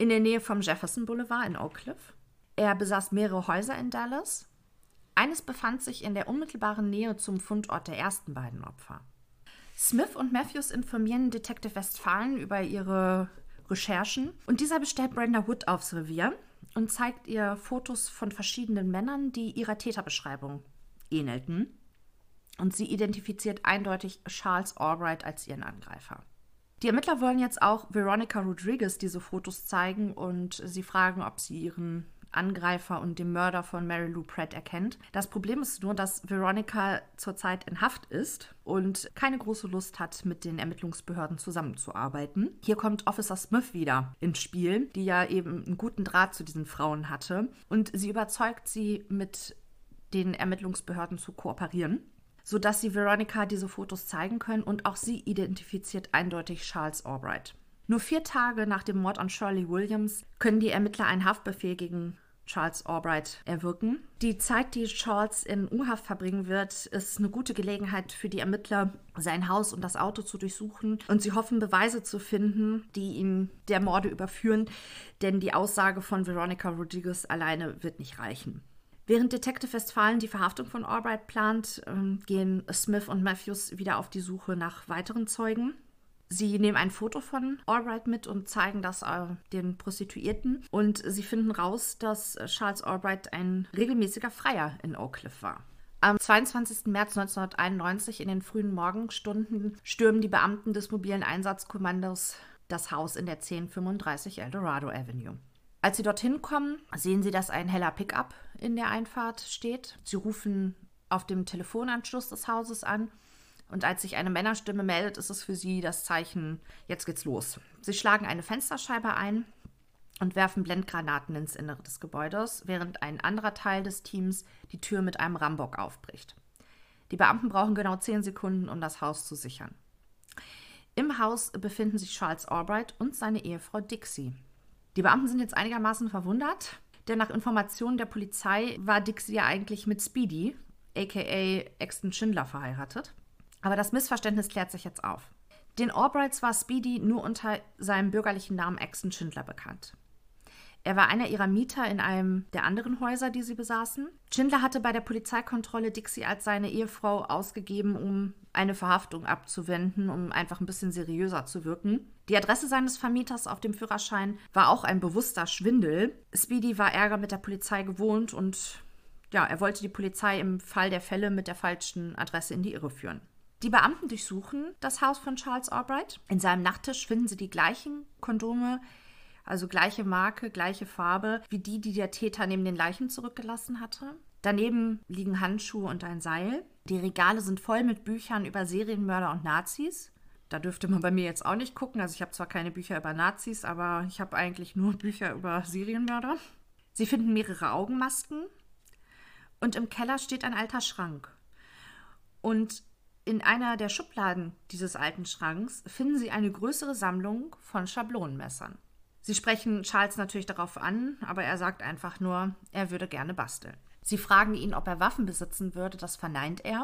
in der Nähe vom Jefferson Boulevard in Oak Cliff. Er besaß mehrere Häuser in Dallas. Eines befand sich in der unmittelbaren Nähe zum Fundort der ersten beiden Opfer. Smith und Matthews informieren Detective Westphalen über ihre Recherchen und dieser bestellt Brenda Wood aufs Revier und zeigt ihr Fotos von verschiedenen Männern, die ihrer Täterbeschreibung ähnelten. Und sie identifiziert eindeutig Charles Albright als ihren Angreifer. Die Ermittler wollen jetzt auch Veronica Rodriguez diese Fotos zeigen und sie fragen, ob sie ihren Angreifer und den Mörder von Mary Lou Pratt erkennt. Das Problem ist nur, dass Veronica zurzeit in Haft ist und keine große Lust hat, mit den Ermittlungsbehörden zusammenzuarbeiten. Hier kommt Officer Smith wieder ins Spiel, die ja eben einen guten Draht zu diesen Frauen hatte. Und sie überzeugt sie, mit den Ermittlungsbehörden zu kooperieren, sodass sie Veronica diese Fotos zeigen können und auch sie identifiziert eindeutig Charles Albright. Nur 4 Tage nach dem Mord an Shirley Williams können die Ermittler einen Haftbefehl gegen Charles Albright erwirken. Die Zeit, die Charles in U-Haft verbringen wird, ist eine gute Gelegenheit für die Ermittler, sein Haus und das Auto zu durchsuchen. Und sie hoffen, Beweise zu finden, die ihn der Morde überführen, denn die Aussage von Veronica Rodriguez alleine wird nicht reichen. Während Detective Westphalen die Verhaftung von Albright plant, gehen Smith und Matthews wieder auf die Suche nach weiteren Zeugen. Sie nehmen ein Foto von Albright mit und zeigen das den Prostituierten. Und sie finden raus, dass Charles Albright ein regelmäßiger Freier in Oak Cliff war. Am 22. März 1991 in den frühen Morgenstunden stürmen die Beamten des mobilen Einsatzkommandos das Haus in der 1035 Eldorado Avenue. Als sie dorthin kommen, sehen sie, dass ein heller Pickup in der Einfahrt steht. Sie rufen auf dem Telefonanschluss des Hauses an. Und als sich eine Männerstimme meldet, ist es für sie das Zeichen, jetzt geht's los. Sie schlagen eine Fensterscheibe ein und werfen Blendgranaten ins Innere des Gebäudes, während ein anderer Teil des Teams die Tür mit einem Rambock aufbricht. Die Beamten brauchen genau 10 Sekunden, um das Haus zu sichern. Im Haus befinden sich Charles Albright und seine Ehefrau Dixie. Die Beamten sind jetzt einigermaßen verwundert, denn nach Informationen der Polizei war Dixie ja eigentlich mit Speedy, a.k.a. Exton Schindler, verheiratet. Aber das Missverständnis klärt sich jetzt auf. Den Albrights war Speedy nur unter seinem bürgerlichen Namen Exton Schindler bekannt. Er war einer ihrer Mieter in einem der anderen Häuser, die sie besaßen. Schindler hatte bei der Polizeikontrolle Dixie als seine Ehefrau ausgegeben, um eine Verhaftung abzuwenden, um einfach ein bisschen seriöser zu wirken. Die Adresse seines Vermieters auf dem Führerschein war auch ein bewusster Schwindel. Speedy war Ärger mit der Polizei gewohnt und ja, er wollte die Polizei im Fall der Fälle mit der falschen Adresse in die Irre führen. Die Beamten durchsuchen das Haus von Charles Albright. In seinem Nachttisch finden sie die gleichen Kondome, also gleiche Marke, gleiche Farbe, wie die der Täter neben den Leichen zurückgelassen hatte. Daneben liegen Handschuhe und ein Seil. Die Regale sind voll mit Büchern über Serienmörder und Nazis. Da dürfte man bei mir jetzt auch nicht gucken. Also ich habe zwar keine Bücher über Nazis, aber ich habe eigentlich nur Bücher über Serienmörder. Sie finden mehrere Augenmasken. Und im Keller steht ein alter Schrank. Und in einer der Schubladen dieses alten Schranks finden sie eine größere Sammlung von Schablonenmessern. Sie sprechen Charles natürlich darauf an, aber er sagt einfach nur, er würde gerne basteln. Sie fragen ihn, ob er Waffen besitzen würde, das verneint er.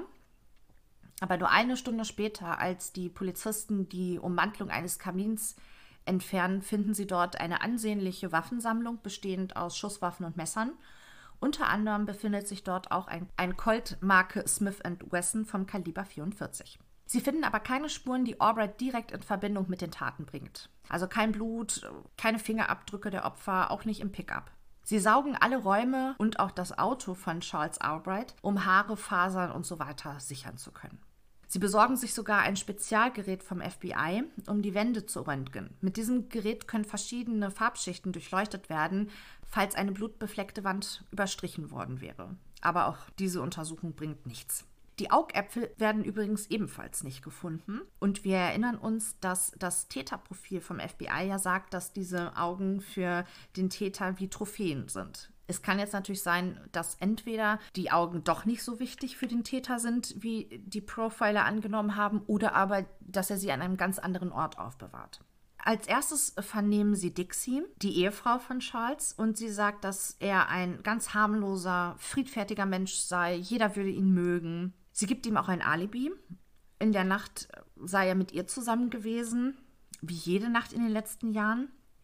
Aber nur eine Stunde später, als die Polizisten die Ummantelung eines Kamins entfernen, finden sie dort eine ansehnliche Waffensammlung, bestehend aus Schusswaffen und Messern. Unter anderem befindet sich dort auch ein Colt-Marke Smith & Wesson vom Kaliber 44. Sie finden aber keine Spuren, die Albright direkt in Verbindung mit den Taten bringt. Also kein Blut, keine Fingerabdrücke der Opfer, auch nicht im Pickup. Sie saugen alle Räume und auch das Auto von Charles Albright, um Haare, Fasern und so weiter sichern zu können. Sie besorgen sich sogar ein Spezialgerät vom FBI, um die Wände zu röntgen. Mit diesem Gerät können verschiedene Farbschichten durchleuchtet werden, falls eine blutbefleckte Wand überstrichen worden wäre. Aber auch diese Untersuchung bringt nichts. Die Augäpfel werden übrigens ebenfalls nicht gefunden. Und wir erinnern uns, dass das Täterprofil vom FBI ja sagt, dass diese Augen für den Täter wie Trophäen sind. Es kann jetzt natürlich sein, dass entweder die Augen doch nicht so wichtig für den Täter sind, wie die Profiler angenommen haben, oder aber, dass er sie an einem ganz anderen Ort aufbewahrt. Als erstes vernehmen sie Dixie, die Ehefrau von Charles, und sie sagt, dass er ein ganz harmloser, friedfertiger Mensch sei, jeder würde ihn mögen. Sie gibt ihm auch ein Alibi. In der Nacht sei er mit ihr zusammen gewesen, wie jede Nacht in den letzten Jahren.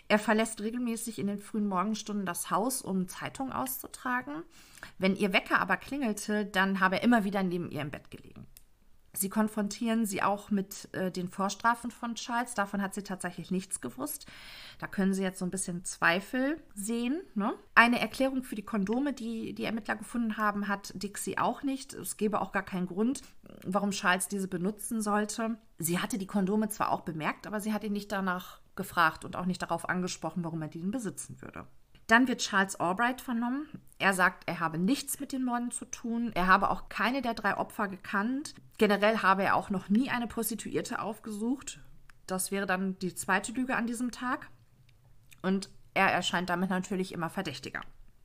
Er verlässt regelmäßig in den frühen Morgenstunden das Haus, um Zeitungen auszutragen. Wenn ihr Wecker aber klingelte, dann habe er immer wieder neben ihr im Bett gelegen. Sie konfrontieren sie auch mit den Vorstrafen von Charles. Davon hat sie tatsächlich nichts gewusst. Da können Sie jetzt so ein bisschen Zweifel sehen. Ne? Eine Erklärung für die Kondome, die die Ermittler gefunden haben, hat Dixie auch nicht. Es gäbe auch gar keinen Grund, warum Charles diese benutzen sollte. Sie hatte die Kondome zwar auch bemerkt, aber sie hat ihn nicht danach gefragt und auch nicht darauf angesprochen, warum er die denn besitzen würde. Dann wird Charles Albright vernommen. Er sagt, er habe nichts mit den Morden zu tun. Er habe auch keine der 3 Opfer gekannt. Generell habe er auch noch nie eine Prostituierte aufgesucht. Das wäre dann die zweite Lüge an diesem Tag. Und er erscheint damit natürlich immer verdächtiger.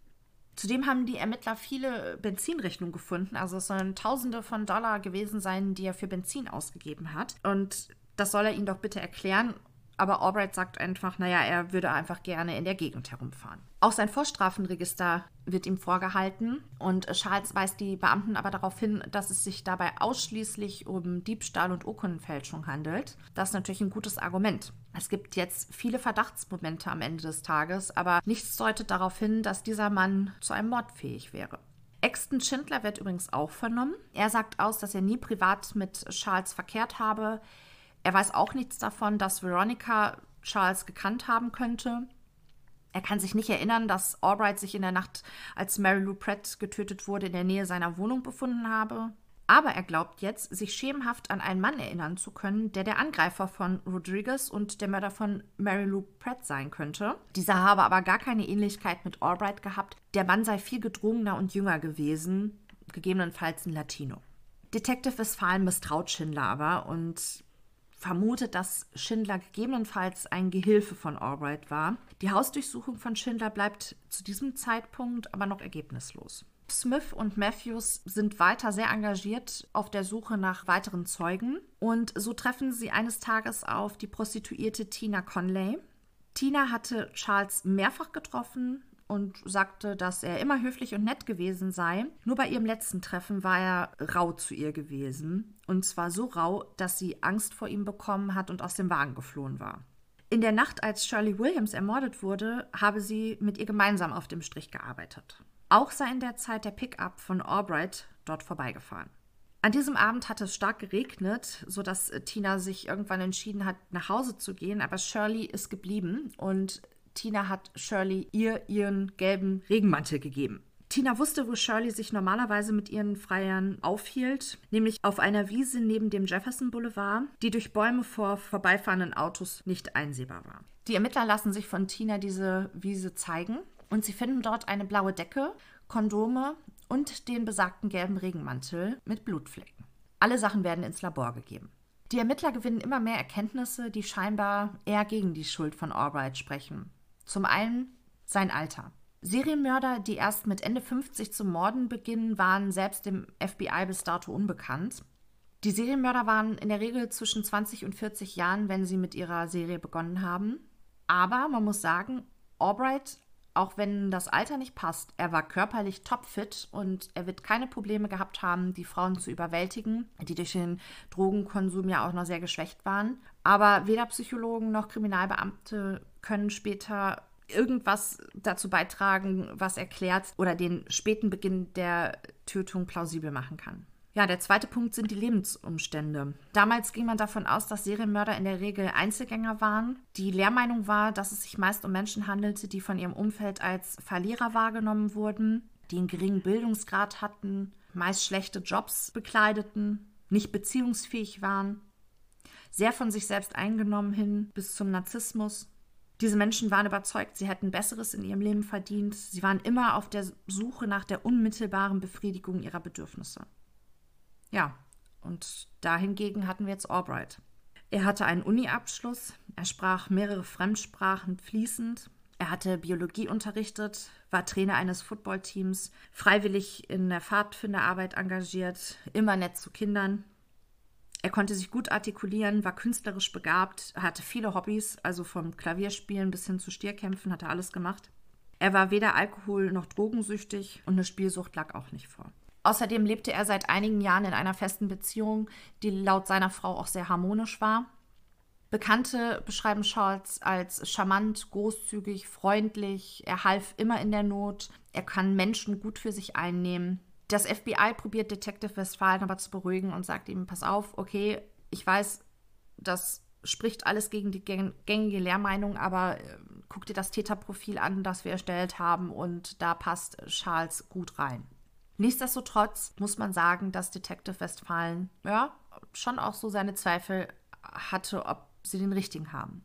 Zudem haben die Ermittler viele Benzinrechnungen gefunden. Also es sollen Tausende von Dollar gewesen sein, die er für Benzin ausgegeben hat. Und das soll er ihnen doch bitte erklären. Aber Albright sagt einfach, naja, er würde einfach gerne in der Gegend herumfahren. Auch sein Vorstrafenregister wird ihm vorgehalten und Charles weist die Beamten aber darauf hin, dass es sich dabei ausschließlich um Diebstahl und Urkundenfälschung handelt. Das ist natürlich ein gutes Argument. Es gibt jetzt viele Verdachtsmomente am Ende des Tages, aber nichts deutet darauf hin, dass dieser Mann zu einem Mord fähig wäre. Axton Schindler wird übrigens auch vernommen. Er sagt aus, dass er nie privat mit Charles verkehrt habe. Er weiß auch nichts davon, dass Veronica Charles gekannt haben könnte. Er kann sich nicht erinnern, dass Albright sich in der Nacht, als Mary Lou Pratt getötet wurde, in der Nähe seiner Wohnung befunden habe. Aber er glaubt jetzt, sich schemenhaft an einen Mann erinnern zu können, der Angreifer von Rodriguez und der Mörder von Mary Lou Pratt sein könnte. Dieser habe aber gar keine Ähnlichkeit mit Albright gehabt. Der Mann sei viel gedrungener und jünger gewesen, gegebenenfalls ein Latino. Detective Westphalen misstraut Schindler aber und vermutet, dass Schindler gegebenenfalls ein Gehilfe von Albright war. Die Hausdurchsuchung von Schindler bleibt zu diesem Zeitpunkt aber noch ergebnislos. Smith und Matthews sind weiter sehr engagiert auf der Suche nach weiteren Zeugen und so treffen sie eines Tages auf die Prostituierte Tina Conley. Tina hatte Charles mehrfach getroffen und sagte, dass er immer höflich und nett gewesen sei. Nur bei ihrem letzten Treffen war er rau zu ihr gewesen. Und zwar so rau, dass sie Angst vor ihm bekommen hat und aus dem Wagen geflohen war. In der Nacht, als Shirley Williams ermordet wurde, habe sie mit ihr gemeinsam auf dem Strich gearbeitet. Auch sei in der Zeit der Pickup von Albright dort vorbeigefahren. An diesem Abend hatte es stark geregnet, sodass Tina sich irgendwann entschieden hat, nach Hause zu gehen. Aber Shirley ist geblieben und Tina hat Shirley ihren gelben Regenmantel gegeben. Tina wusste, wo Shirley sich normalerweise mit ihren Freiern aufhielt, nämlich auf einer Wiese neben dem Jefferson Boulevard, die durch Bäume vor vorbeifahrenden Autos nicht einsehbar war. Die Ermittler lassen sich von Tina diese Wiese zeigen und sie finden dort eine blaue Decke, Kondome und den besagten gelben Regenmantel mit Blutflecken. Alle Sachen werden ins Labor gegeben. Die Ermittler gewinnen immer mehr Erkenntnisse, die scheinbar eher gegen die Schuld von Albright sprechen. Zum einen sein Alter. Serienmörder, die erst mit Ende 50 zu morden beginnen, waren selbst dem FBI bis dato unbekannt. Die Serienmörder waren in der Regel zwischen 20 und 40 Jahren, wenn sie mit ihrer Serie begonnen haben. Aber man muss sagen, Albright, auch wenn das Alter nicht passt, er war körperlich topfit und er wird keine Probleme gehabt haben, die Frauen zu überwältigen, die durch den Drogenkonsum ja auch noch sehr geschwächt waren. Aber weder Psychologen noch Kriminalbeamte können später irgendwas dazu beitragen, was erklärt oder den späten Beginn der Tötung plausibel machen kann. Ja, der zweite Punkt sind die Lebensumstände. Damals ging man davon aus, dass Serienmörder in der Regel Einzelgänger waren. Die Lehrmeinung war, dass es sich meist um Menschen handelte, die von ihrem Umfeld als Verlierer wahrgenommen wurden, die einen geringen Bildungsgrad hatten, meist schlechte Jobs bekleideten, nicht beziehungsfähig waren, sehr von sich selbst eingenommen hin bis zum Narzissmus. Diese Menschen waren überzeugt, sie hätten Besseres in ihrem Leben verdient. Sie waren immer auf der Suche nach der unmittelbaren Befriedigung ihrer Bedürfnisse. Ja, und dahingegen hatten wir jetzt Albright. Er hatte einen Uni-Abschluss, er sprach mehrere Fremdsprachen fließend, er hatte Biologie unterrichtet, war Trainer eines Footballteams, freiwillig in der Pfadfinderarbeit engagiert, immer nett zu Kindern. Er konnte sich gut artikulieren, war künstlerisch begabt, hatte viele Hobbys, also vom Klavierspielen bis hin zu Stierkämpfen hat er alles gemacht. Er war weder Alkohol- noch drogensüchtig und eine Spielsucht lag auch nicht vor. Außerdem lebte er seit einigen Jahren in einer festen Beziehung, die laut seiner Frau auch sehr harmonisch war. Bekannte beschreiben Charles als charmant, großzügig, freundlich. Er half immer in der Not. Er kann Menschen gut für sich einnehmen. Das FBI probiert Detective Westphalen aber zu beruhigen und sagt ihm, pass auf, okay, ich weiß, das spricht alles gegen die gängige Lehrmeinung, aber guck dir das Täterprofil an, das wir erstellt haben, und da passt Charles gut rein. Nichtsdestotrotz muss man sagen, dass Detective Westphalen schon auch so seine Zweifel hatte, ob sie den richtigen haben.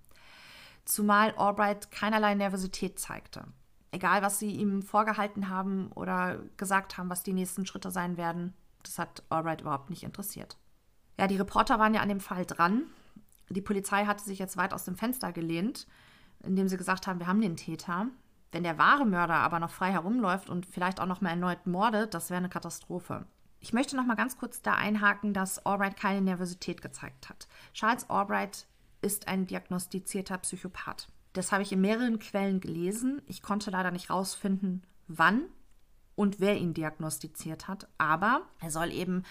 Zumal Albright keinerlei Nervosität zeigte. Egal, was sie ihm vorgehalten haben oder gesagt haben, was die nächsten Schritte sein werden, das hat Albright überhaupt nicht interessiert. Ja, die Reporter waren ja an dem Fall dran. Die Polizei hatte sich jetzt weit aus dem Fenster gelehnt, indem sie gesagt haben, wir haben den Täter. Wenn der wahre Mörder aber noch frei herumläuft und vielleicht auch noch mal erneut mordet, das wäre eine Katastrophe. Ich möchte noch mal ganz kurz da einhaken, dass Albright keine Nervosität gezeigt hat. Charles Albright ist ein diagnostizierter Psychopath. Das habe ich in mehreren Quellen gelesen. Ich konnte leider nicht rausfinden, wann und wer ihn diagnostiziert hat. Aber er soll eben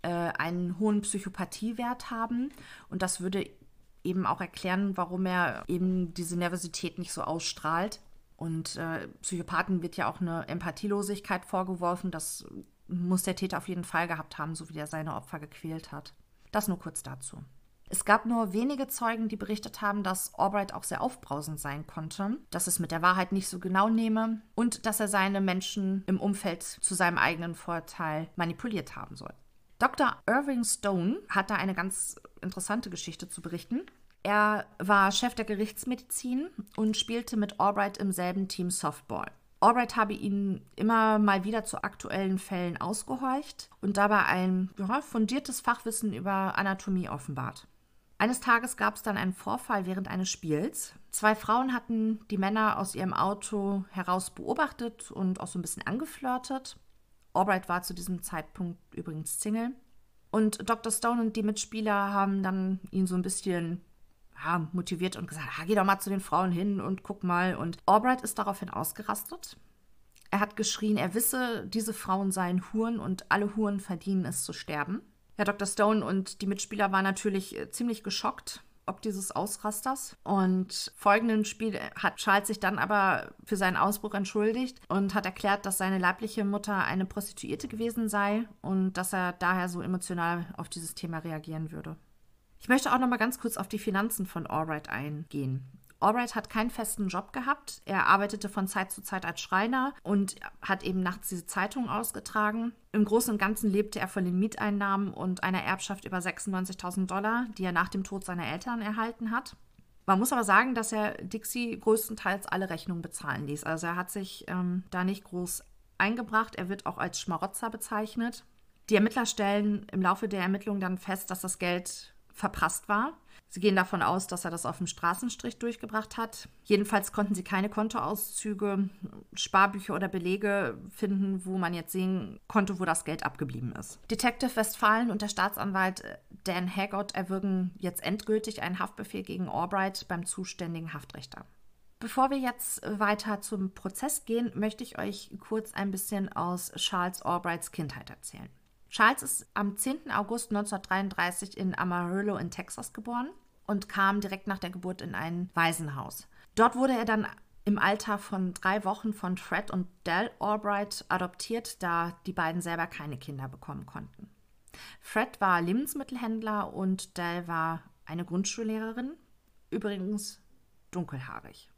einen hohen Psychopathiewert haben. Und das würde eben auch erklären, warum er eben diese Nervosität nicht so ausstrahlt. Und Psychopathen wird ja auch eine Empathielosigkeit vorgeworfen. Das muss der Täter auf jeden Fall gehabt haben, so wie er seine Opfer gequält hat. Das nur kurz dazu. Es gab nur wenige Zeugen, die berichtet haben, dass Albright auch sehr aufbrausend sein konnte, dass es mit der Wahrheit nicht so genau nehme und dass er seine Menschen im Umfeld zu seinem eigenen Vorteil manipuliert haben soll. Dr. Irving Stone hat da eine ganz interessante Geschichte zu berichten. Er war Chef der Gerichtsmedizin und spielte mit Albright im selben Team Softball. Albright habe ihn immer mal wieder zu aktuellen Fällen ausgehorcht und dabei ein fundiertes Fachwissen über Anatomie offenbart. Eines Tages gab es dann einen Vorfall während eines Spiels. 2 Frauen hatten die Männer aus ihrem Auto heraus beobachtet und auch so ein bisschen angeflirtet. Albright war zu diesem Zeitpunkt übrigens Single. Und Dr. Stone und die Mitspieler haben dann ihn so ein bisschen motiviert und gesagt, geh doch mal zu den Frauen hin und guck mal. Und Albright ist daraufhin ausgerastet. Er hat geschrien, er wisse, diese Frauen seien Huren und alle Huren verdienen es zu sterben. Ja, Dr. Stone und die Mitspieler waren natürlich ziemlich geschockt ob dieses Ausrasters. Und folgenden Spiel hat Charles sich dann aber für seinen Ausbruch entschuldigt und hat erklärt, dass seine leibliche Mutter eine Prostituierte gewesen sei und dass er daher so emotional auf dieses Thema reagieren würde. Ich möchte auch noch mal ganz kurz auf die Finanzen von Albright eingehen. Albright hat keinen festen Job gehabt. Er arbeitete von Zeit zu Zeit als Schreiner und hat eben nachts diese Zeitung ausgetragen. Im Großen und Ganzen lebte er von den Mieteinnahmen und einer Erbschaft über $96.000, die er nach dem Tod seiner Eltern erhalten hat. Man muss aber sagen, dass er Dixie größtenteils alle Rechnungen bezahlen ließ. Also er hat sich da nicht groß eingebracht. Er wird auch als Schmarotzer bezeichnet. Die Ermittler stellen im Laufe der Ermittlungen dann fest, dass das Geld verprasst war. Sie gehen davon aus, dass er das auf dem Straßenstrich durchgebracht hat. Jedenfalls konnten sie keine Kontoauszüge, Sparbücher oder Belege finden, wo man jetzt sehen konnte, wo das Geld abgeblieben ist. Detective Westphalen und der Staatsanwalt Dan Haggard erwirken jetzt endgültig einen Haftbefehl gegen Albright beim zuständigen Haftrichter. Bevor wir jetzt weiter zum Prozess gehen, möchte ich euch kurz ein bisschen aus Charles Albrights Kindheit erzählen. Charles ist am 10. August 1933 in Amarillo in Texas geboren und kam direkt nach der Geburt in ein Waisenhaus. Dort wurde er dann im Alter von 3 Wochen von Fred und Dell Albright adoptiert, da die beiden selber keine Kinder bekommen konnten. Fred war Lebensmittelhändler und Dell war eine Grundschullehrerin, übrigens dunkelhaarig.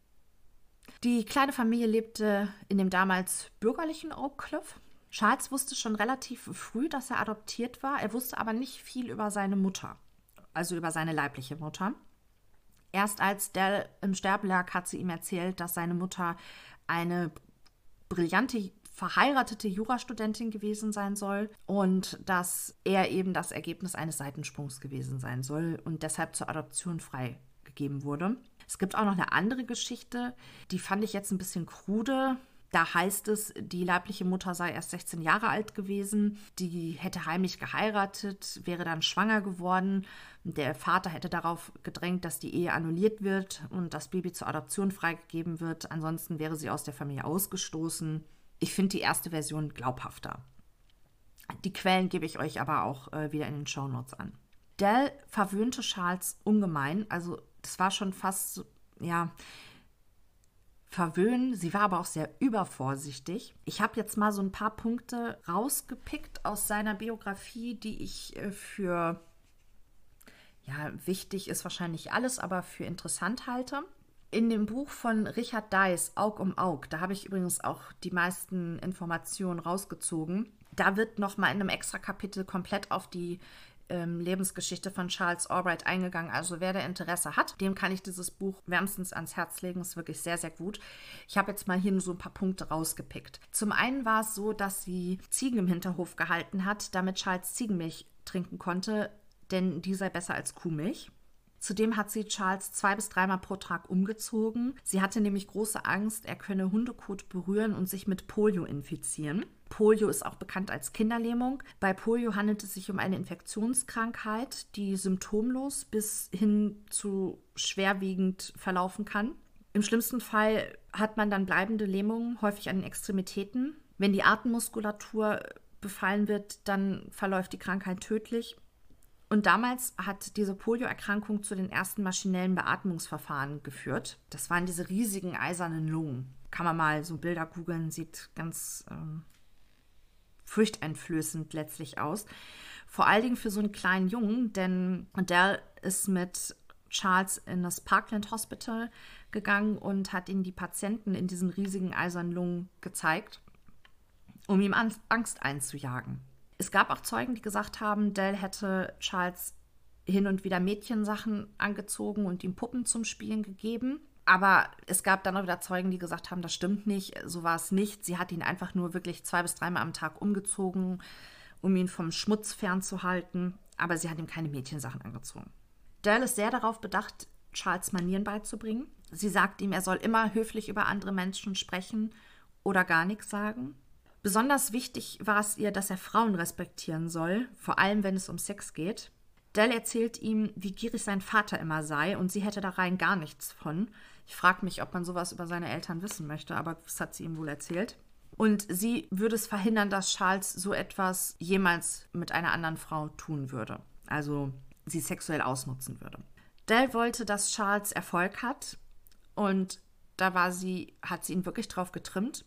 Die kleine Familie lebte in dem damals bürgerlichen Oak Cliff. Charles wusste schon relativ früh, dass er adoptiert war. Er wusste aber nicht viel über seine Mutter, also über seine leibliche Mutter. Erst als Dell im Sterben lag, hat sie ihm erzählt, dass seine Mutter eine brillante, verheiratete Jurastudentin gewesen sein soll und dass er eben das Ergebnis eines Seitensprungs gewesen sein soll und deshalb zur Adoption freigegeben wurde. Es gibt auch noch eine andere Geschichte, die fand ich jetzt ein bisschen krude. Da heißt es, die leibliche Mutter sei erst 16 Jahre alt gewesen, die hätte heimlich geheiratet, wäre dann schwanger geworden. Der Vater hätte darauf gedrängt, dass die Ehe annulliert wird und das Baby zur Adoption freigegeben wird. Ansonsten wäre sie aus der Familie ausgestoßen. Ich finde die erste Version glaubhafter. Die Quellen gebe ich euch aber auch wieder in den Shownotes an. Dell verwöhnte Charles ungemein, also das war schon fast so, ja, verwöhnen. Sie war aber auch sehr übervorsichtig. Ich habe jetzt mal so ein paar Punkte rausgepickt aus seiner Biografie, die ich für, ja, wichtig ist wahrscheinlich alles, aber für interessant halte. In dem Buch von Richard Deiss, Aug um Aug, da habe ich übrigens auch die meisten Informationen rausgezogen. Da wird nochmal in einem extra Kapitel komplett auf die Lebensgeschichte von Charles Albright eingegangen. Also wer da Interesse hat, dem kann ich dieses Buch wärmstens ans Herz legen. Ist wirklich sehr, sehr gut. Ich habe jetzt mal hier nur so ein paar Punkte rausgepickt. Zum einen war es so, dass sie Ziegen im Hinterhof gehalten hat, damit Charles Ziegenmilch trinken konnte, denn die sei besser als Kuhmilch. Zudem hat sie Charles 2- bis 3-mal pro Tag umgezogen. Sie hatte nämlich große Angst, er könne Hundekot berühren und sich mit Polio infizieren. Polio ist auch bekannt als Kinderlähmung. Bei Polio handelt es sich um eine Infektionskrankheit, die symptomlos bis hin zu schwerwiegend verlaufen kann. Im schlimmsten Fall hat man dann bleibende Lähmungen, häufig an den Extremitäten. Wenn die Atemmuskulatur befallen wird, dann verläuft die Krankheit tödlich. Und damals hat diese Polioerkrankung zu den ersten maschinellen Beatmungsverfahren geführt. Das waren diese riesigen eisernen Lungen. Kann man mal so Bilder googeln, sieht ganz furchteinflößend letztlich aus. Vor allen Dingen für so einen kleinen Jungen, denn Dell ist mit Charles in das Parkland Hospital gegangen und hat ihm die Patienten in diesen riesigen eisernen Lungen gezeigt, um ihm Angst einzujagen. Es gab auch Zeugen, die gesagt haben, Dell hätte Charles hin und wieder Mädchensachen angezogen und ihm Puppen zum Spielen gegeben. Aber es gab dann auch wieder Zeugen, die gesagt haben, das stimmt nicht, so war es nicht. Sie hat ihn einfach nur wirklich 2- bis 3-mal am Tag umgezogen, um ihn vom Schmutz fernzuhalten. Aber sie hat ihm keine Mädchensachen angezogen. Dell ist sehr darauf bedacht, Charles Manieren beizubringen. Sie sagt ihm, er soll immer höflich über andere Menschen sprechen oder gar nichts sagen. Besonders wichtig war es ihr, dass er Frauen respektieren soll, vor allem wenn es um Sex geht. Dell erzählt ihm, wie gierig sein Vater immer sei und sie hätte da rein gar nichts von. Ich frage mich, ob man sowas über seine Eltern wissen möchte, aber das hat sie ihm wohl erzählt. Und sie würde es verhindern, dass Charles so etwas jemals mit einer anderen Frau tun würde. Also sie sexuell ausnutzen würde. Dell wollte, dass Charles Erfolg hat und da hat sie ihn wirklich drauf getrimmt.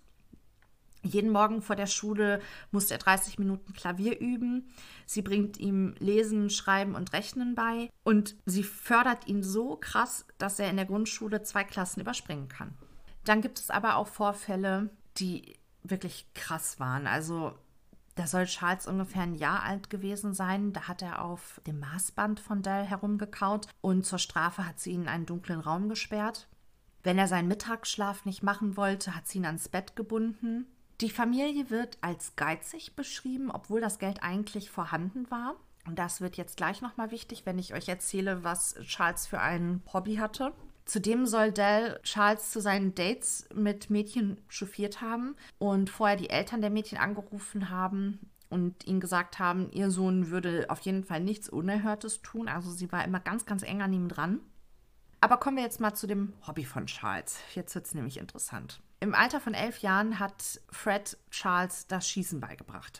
Jeden Morgen vor der Schule musste er 30 Minuten Klavier üben. Sie bringt ihm Lesen, Schreiben und Rechnen bei. Und sie fördert ihn so krass, dass er in der Grundschule 2 Klassen überspringen kann. Dann gibt es aber auch Vorfälle, die wirklich krass waren. Also da soll Charles ungefähr ein Jahr alt gewesen sein. Da hat er auf dem Maßband von Dell herumgekaut. Und zur Strafe hat sie ihn in einen dunklen Raum gesperrt. Wenn er seinen Mittagsschlaf nicht machen wollte, hat sie ihn ans Bett gebunden. Die Familie wird als geizig beschrieben, obwohl das Geld eigentlich vorhanden war. Und das wird jetzt gleich nochmal wichtig, wenn ich euch erzähle, was Charles für ein Hobby hatte. Zudem soll Dell Charles zu seinen Dates mit Mädchen chauffiert haben und vorher die Eltern der Mädchen angerufen haben und ihnen gesagt haben, ihr Sohn würde auf jeden Fall nichts Unerhörtes tun. Also sie war immer ganz, ganz eng an ihm dran. Aber kommen wir jetzt mal zu dem Hobby von Charles. Jetzt wird es nämlich interessant. Im Alter von 11 Jahren hat Fred Charles das Schießen beigebracht.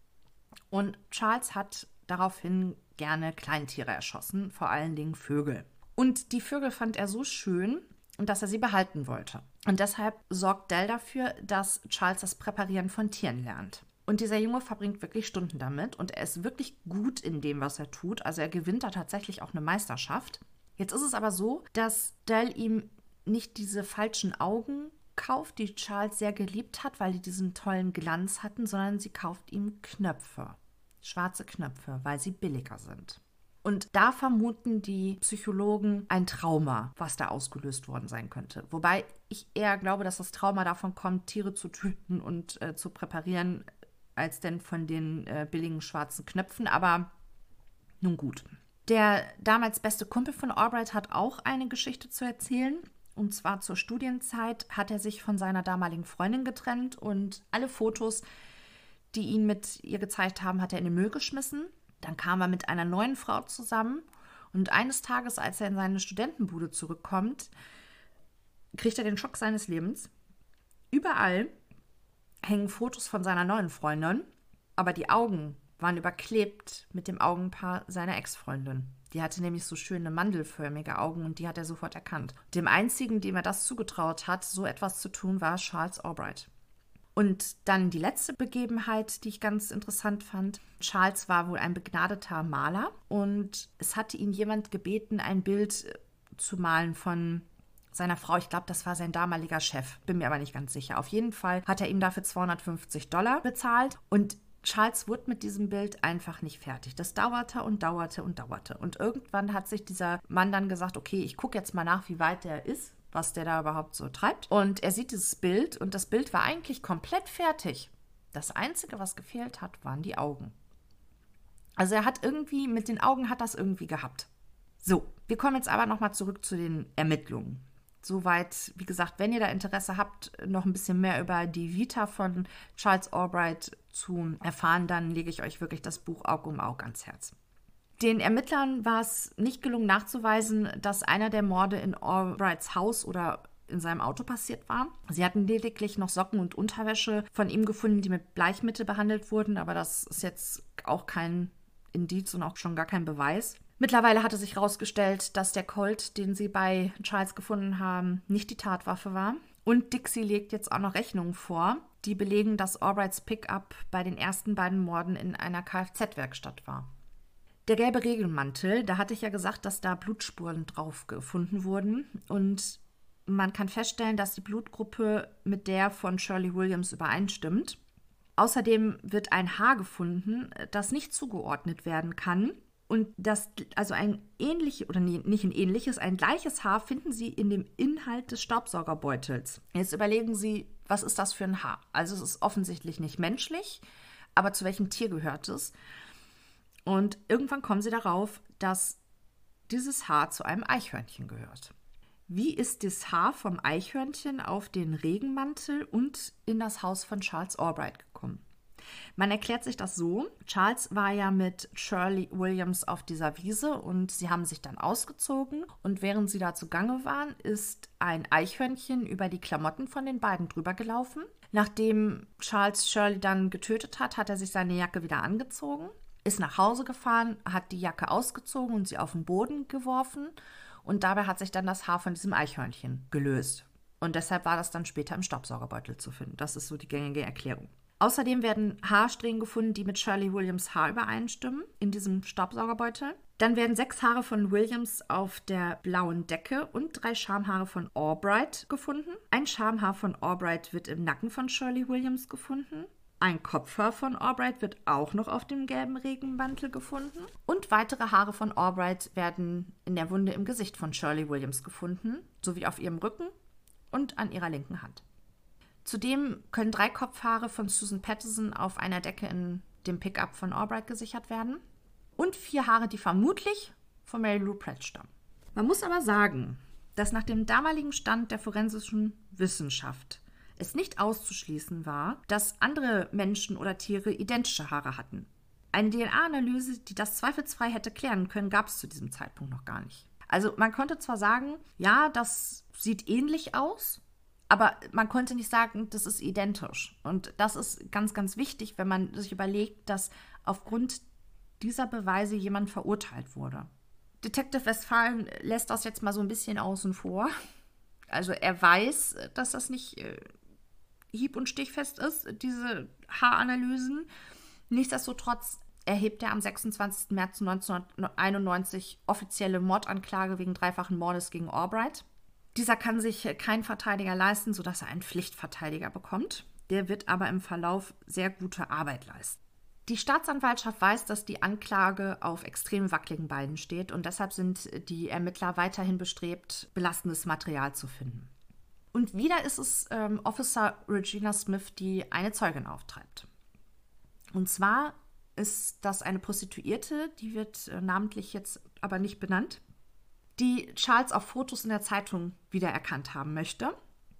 Und Charles hat daraufhin gerne Kleintiere erschossen, vor allen Dingen Vögel. Und die Vögel fand er so schön, dass er sie behalten wollte. Und deshalb sorgt Dell dafür, dass Charles das Präparieren von Tieren lernt. Und dieser Junge verbringt wirklich Stunden damit und er ist wirklich gut in dem, was er tut. Also er gewinnt da tatsächlich auch eine Meisterschaft. Jetzt ist es aber so, dass Dell ihm nicht diese falschen Augen kauft, die Charles sehr geliebt hat, weil die diesen tollen Glanz hatten, sondern sie kauft ihm Knöpfe, schwarze Knöpfe, weil sie billiger sind. Und da vermuten die Psychologen ein Trauma, was da ausgelöst worden sein könnte. Wobei ich eher glaube, dass das Trauma davon kommt, Tiere zu töten und zu präparieren, als denn von den billigen schwarzen Knöpfen. Aber nun gut. Der damals beste Kumpel von Albright hat auch eine Geschichte zu erzählen. Und zwar zur Studienzeit hat er sich von seiner damaligen Freundin getrennt und alle Fotos, die ihn mit ihr gezeigt haben, hat er in den Müll geschmissen. Dann kam er mit einer neuen Frau zusammen und eines Tages, als er in seine Studentenbude zurückkommt, kriegt er den Schock seines Lebens. Überall hängen Fotos von seiner neuen Freundin, aber die Augen waren überklebt mit dem Augenpaar seiner Ex-Freundin. Die hatte nämlich so schöne mandelförmige Augen und die hat er sofort erkannt. Dem einzigen, dem er das zugetraut hat, so etwas zu tun, war Charles Albright. Und dann die letzte Begebenheit, die ich ganz interessant fand. Charles war wohl ein begnadeter Maler und es hatte ihn jemand gebeten, ein Bild zu malen von seiner Frau. Ich glaube, das war sein damaliger Chef. Bin mir aber nicht ganz sicher. Auf jeden Fall hat er ihm dafür $250 bezahlt und Charles wurde mit diesem Bild einfach nicht fertig. Das dauerte und dauerte und dauerte. Und irgendwann hat sich dieser Mann dann gesagt, okay, ich gucke jetzt mal nach, wie weit der ist, was der da überhaupt so treibt. Und er sieht dieses Bild und das Bild war eigentlich komplett fertig. Das Einzige, was gefehlt hat, waren die Augen. Also er hat irgendwie, mit den Augen hat das irgendwie gehabt. So, wir kommen jetzt aber nochmal zurück zu den Ermittlungen. Soweit, wie gesagt, wenn ihr da Interesse habt, noch ein bisschen mehr über die Vita von Charles Albright zu erfahren, dann lege ich euch wirklich das Buch Aug um Aug ans Herz. Den Ermittlern war es nicht gelungen nachzuweisen, dass einer der Morde in Albrights Haus oder in seinem Auto passiert war. Sie hatten lediglich noch Socken und Unterwäsche von ihm gefunden, die mit Bleichmittel behandelt wurden, aber das ist jetzt auch kein Indiz und auch schon gar kein Beweis. Mittlerweile hatte sich herausgestellt, dass der Colt, den sie bei Charles gefunden haben, nicht die Tatwaffe war. Und Dixie legt jetzt auch noch Rechnungen vor, die belegen, dass Albrights Pickup bei den ersten beiden Morden in einer Kfz-Werkstatt war. Der gelbe Regenmantel, da hatte ich ja gesagt, dass da Blutspuren drauf gefunden wurden. Und man kann feststellen, dass die Blutgruppe mit der von Shirley Williams übereinstimmt. Außerdem wird ein Haar gefunden, das nicht zugeordnet werden kann. Und das, also ein ähnliches, oder nicht ein ähnliches, ein gleiches Haar finden Sie in dem Inhalt des Staubsaugerbeutels. Jetzt überlegen Sie, was ist das für ein Haar? Also es ist offensichtlich nicht menschlich, aber zu welchem Tier gehört es? Und irgendwann kommen Sie darauf, dass dieses Haar zu einem Eichhörnchen gehört. Wie ist das Haar vom Eichhörnchen auf den Regenmantel und in das Haus von Charles Albright gekommen? Man erklärt sich das so: Charles war ja mit Shirley Williams auf dieser Wiese und sie haben sich dann ausgezogen. Und während sie da zugange waren, ist ein Eichhörnchen über die Klamotten von den beiden drüber gelaufen. Nachdem Charles Shirley dann getötet hat, hat er sich seine Jacke wieder angezogen, ist nach Hause gefahren, hat die Jacke ausgezogen und sie auf den Boden geworfen. Und dabei hat sich dann das Haar von diesem Eichhörnchen gelöst. Und deshalb war das dann später im Staubsaugerbeutel zu finden. Das ist so die gängige Erklärung. Außerdem werden Haarsträhnen gefunden, die mit Shirley Williams' Haar übereinstimmen, in diesem Staubsaugerbeutel. Dann werden 6 Haare von Williams auf der blauen Decke und 3 Schamhaare von Albright gefunden. Ein Schamhaar von Albright wird im Nacken von Shirley Williams gefunden. Ein Kopfhaar von Albright wird auch noch auf dem gelben Regenmantel gefunden. Und weitere Haare von Albright werden in der Wunde im Gesicht von Shirley Williams gefunden, sowie auf ihrem Rücken und an ihrer linken Hand. Zudem können 3 Kopfhaare von Susan Patterson auf einer Decke in dem Pickup von Albright gesichert werden. Und 4 Haare, die vermutlich von Mary Lou Pratt stammen. Man muss aber sagen, dass nach dem damaligen Stand der forensischen Wissenschaft es nicht auszuschließen war, dass andere Menschen oder Tiere identische Haare hatten. Eine DNA-Analyse, die das zweifelsfrei hätte klären können, gab es zu diesem Zeitpunkt noch gar nicht. Also man konnte zwar sagen, ja, das sieht ähnlich aus, aber man konnte nicht sagen, das ist identisch. Und das ist ganz, ganz wichtig, wenn man sich überlegt, dass aufgrund dieser Beweise jemand verurteilt wurde. Detective Westphalen lässt das jetzt mal so ein bisschen außen vor. Also er weiß, dass das nicht hieb- und stichfest ist, diese Haaranalysen. Nichtsdestotrotz erhebt er am 26. März 1991 offizielle Mordanklage wegen 3-fachen Mordes gegen Albright. Dieser kann sich keinen Verteidiger leisten, sodass er einen Pflichtverteidiger bekommt. Der wird aber im Verlauf sehr gute Arbeit leisten. Die Staatsanwaltschaft weiß, dass die Anklage auf extrem wackeligen Beinen steht und deshalb sind die Ermittler weiterhin bestrebt, belastendes Material zu finden. Und wieder ist es Officer Regina Smith, die eine Zeugin auftreibt. Und zwar ist das eine Prostituierte, die wird namentlich jetzt aber nicht benannt, die Charles auf Fotos in der Zeitung wiedererkannt haben möchte.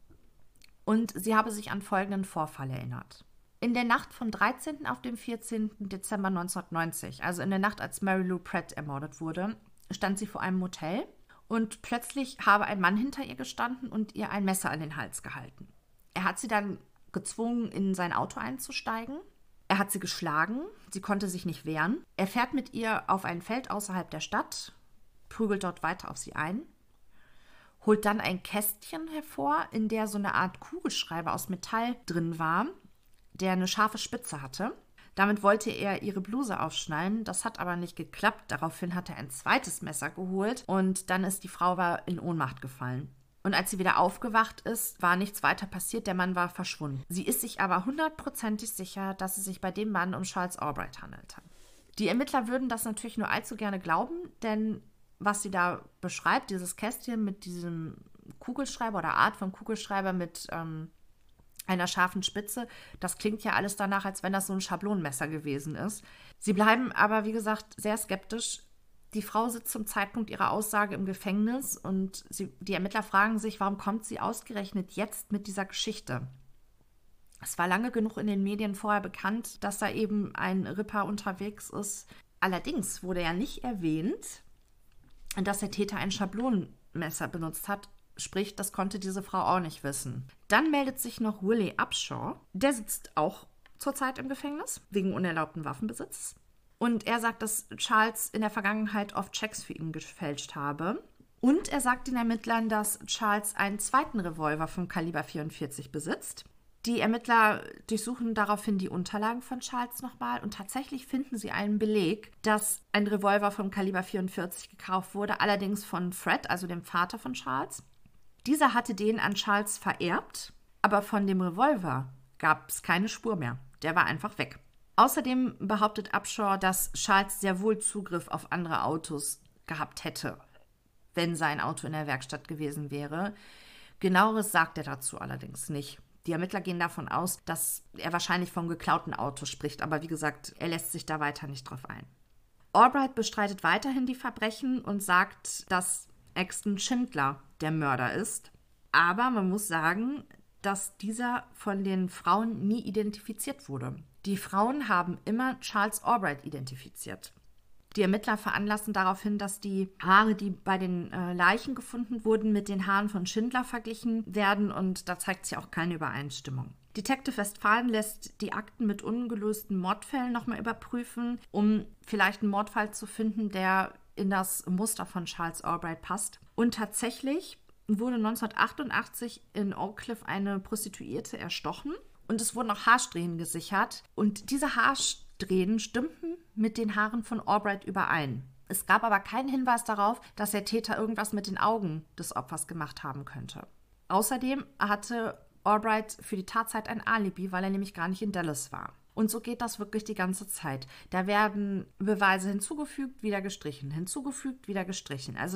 Und sie habe sich an folgenden Vorfall erinnert. In der Nacht vom 13. auf den 14. Dezember 1990, also in der Nacht, als Mary Lou Pratt ermordet wurde, stand sie vor einem Motel und plötzlich habe ein Mann hinter ihr gestanden und ihr ein Messer an den Hals gehalten. Er hat sie dann gezwungen, in sein Auto einzusteigen Er hat sie geschlagen, sie konnte sich nicht wehren. Er fährt mit ihr auf ein Feld außerhalb der Stadt, prügelt dort weiter auf sie ein, holt dann ein Kästchen hervor, in der so eine Art Kugelschreiber aus Metall drin war, der eine scharfe Spitze hatte. Damit wollte er ihre Bluse aufschneiden, das hat aber nicht geklappt. Daraufhin hat er ein zweites Messer geholt und dann ist die Frau in Ohnmacht gefallen. Und als sie wieder aufgewacht ist, war nichts weiter passiert, der Mann war verschwunden. Sie ist sich aber 100% sicher, dass es sich bei dem Mann um Charles Albright handelte. Die Ermittler würden das natürlich nur allzu gerne glauben, denn was sie da beschreibt, dieses Kästchen mit diesem Kugelschreiber oder Art von Kugelschreiber mit einer scharfen Spitze, das klingt ja alles danach, als wenn das so ein Schablonenmesser gewesen ist. Sie bleiben aber, wie gesagt, sehr skeptisch. Die Frau sitzt zum Zeitpunkt ihrer Aussage im Gefängnis und die Ermittler fragen sich, warum kommt sie ausgerechnet jetzt mit dieser Geschichte? Es war lange genug in den Medien vorher bekannt, dass da eben ein Ripper unterwegs ist. Allerdings wurde ja nicht erwähnt, dass der Täter ein Schablonenmesser benutzt hat. Sprich, das konnte diese Frau auch nicht wissen. Dann meldet sich noch Willie Upshaw. Der sitzt auch zurzeit im Gefängnis wegen unerlaubten Waffenbesitzes. Und er sagt, dass Charles in der Vergangenheit oft Schecks für ihn gefälscht habe. Und er sagt den Ermittlern, dass Charles einen zweiten Revolver vom Kaliber 44 besitzt. Die Ermittler durchsuchen daraufhin die Unterlagen von Charles nochmal und tatsächlich finden sie einen Beleg, dass ein Revolver vom Kaliber 44 gekauft wurde, allerdings von Fred, also dem Vater von Charles. Dieser hatte den an Charles vererbt, aber von dem Revolver gab es keine Spur mehr. Der war einfach weg. Außerdem behauptet Upshaw, dass Charles sehr wohl Zugriff auf andere Autos gehabt hätte, wenn sein Auto in der Werkstatt gewesen wäre. Genaueres sagt er dazu allerdings nicht. Die Ermittler gehen davon aus, dass er wahrscheinlich vom geklauten Auto spricht, aber wie gesagt, er lässt sich da weiter nicht drauf ein. Albright bestreitet weiterhin die Verbrechen und sagt, dass Axton Schindler der Mörder ist. Aber man muss sagen, dass dieser von den Frauen nie identifiziert wurde. Die Frauen haben immer Charles Albright identifiziert. Die Ermittler veranlassen daraufhin, dass die Haare, die bei den Leichen gefunden wurden, mit den Haaren von Schindler verglichen werden und da zeigt sich auch keine Übereinstimmung. Detective Westphalen lässt die Akten mit ungelösten Mordfällen nochmal überprüfen, um vielleicht einen Mordfall zu finden, der in das Muster von Charles Albright passt. Und tatsächlich wurde 1988 in Oak Cliff eine Prostituierte erstochen und es wurden auch Haarsträhnen gesichert. Und diese Haarsträhnen stimmten mit den Haaren von Albright überein. Es gab aber keinen Hinweis darauf, dass der Täter irgendwas mit den Augen des Opfers gemacht haben könnte. Außerdem hatte Albright für die Tatzeit ein Alibi, weil er nämlich gar nicht in Dallas war. Und so geht das wirklich die ganze Zeit. Da werden Beweise hinzugefügt, wieder gestrichen, hinzugefügt, wieder gestrichen. Also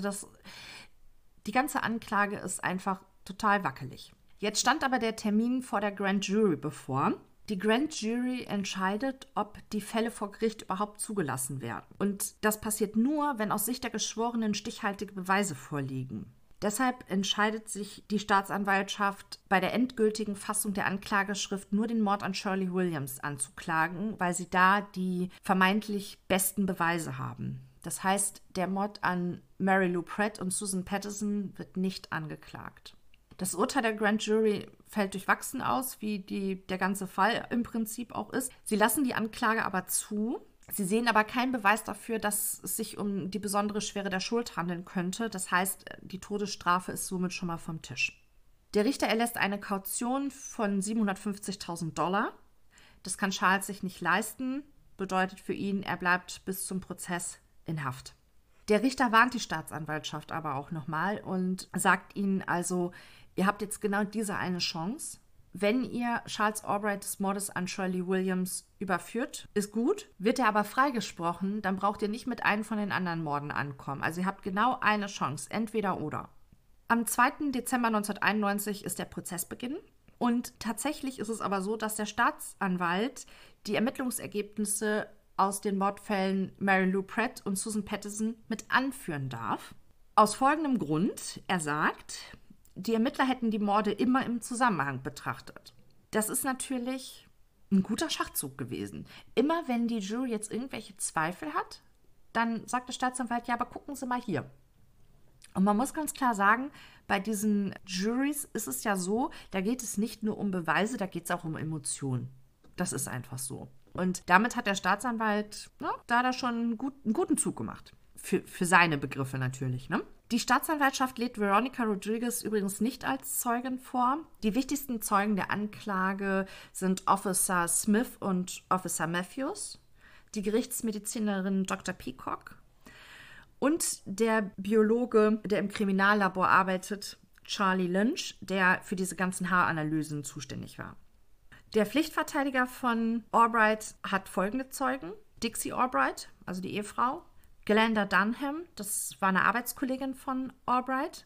die ganze Anklage ist einfach total wackelig. Jetzt stand aber der Termin vor der Grand Jury bevor. Die Grand Jury entscheidet, ob die Fälle vor Gericht überhaupt zugelassen werden. Und das passiert nur, wenn aus Sicht der Geschworenen stichhaltige Beweise vorliegen. Deshalb entscheidet sich die Staatsanwaltschaft bei der endgültigen Fassung der Anklageschrift nur den Mord an Shirley Williams anzuklagen, weil sie da die vermeintlich besten Beweise haben. Das heißt, der Mord an Mary Lou Pratt und Susan Patterson wird nicht angeklagt. Das Urteil der Grand Jury fällt durchwachsen aus, wie der ganze Fall im Prinzip auch ist. Sie lassen die Anklage aber zu. Sie sehen aber keinen Beweis dafür, dass es sich um die besondere Schwere der Schuld handeln könnte. Das heißt, die Todesstrafe ist somit schon mal vom Tisch. Der Richter erlässt eine Kaution von $750.000. Das kann Charles sich nicht leisten. Bedeutet für ihn, er bleibt bis zum Prozess in Haft. Der Richter warnt die Staatsanwaltschaft aber auch nochmal und sagt ihnen also, ihr habt jetzt genau diese eine Chance. Wenn ihr Charles Albright des Mordes an Shirley Williams überführt, ist gut. Wird er aber freigesprochen, dann braucht ihr nicht mit einem von den anderen Morden ankommen. Also ihr habt genau eine Chance, entweder oder. Am 2. Dezember 1991 ist der Prozessbeginn. Und tatsächlich ist es aber so, dass der Staatsanwalt die Ermittlungsergebnisse aus den Mordfällen Mary Lou Pratt und Susan Patterson mit anführen darf. Aus folgendem Grund, er sagt, die Ermittler hätten die Morde immer im Zusammenhang betrachtet. Das ist natürlich ein guter Schachzug gewesen. Immer wenn die Jury jetzt irgendwelche Zweifel hat, dann sagt der Staatsanwalt, ja, aber gucken Sie mal hier. Und man muss ganz klar sagen, bei diesen Juries ist es ja so, da geht es nicht nur um Beweise, da geht es auch um Emotionen. Das ist einfach so. Und damit hat der Staatsanwalt, da hat er schon einen guten Zug gemacht. Für seine Begriffe natürlich, ne? Die Staatsanwaltschaft lädt Veronica Rodriguez übrigens nicht als Zeugin vor. Die wichtigsten Zeugen der Anklage sind Officer Smith und Officer Matthews, die Gerichtsmedizinerin Dr. Peacock und der Biologe, der im Kriminallabor arbeitet, Charlie Lynch, der für diese ganzen Haaranalysen zuständig war. Der Pflichtverteidiger von Albright hat folgende Zeugen. Dixie Albright, also die Ehefrau, Glenda Dunham, das war eine Arbeitskollegin von Albright.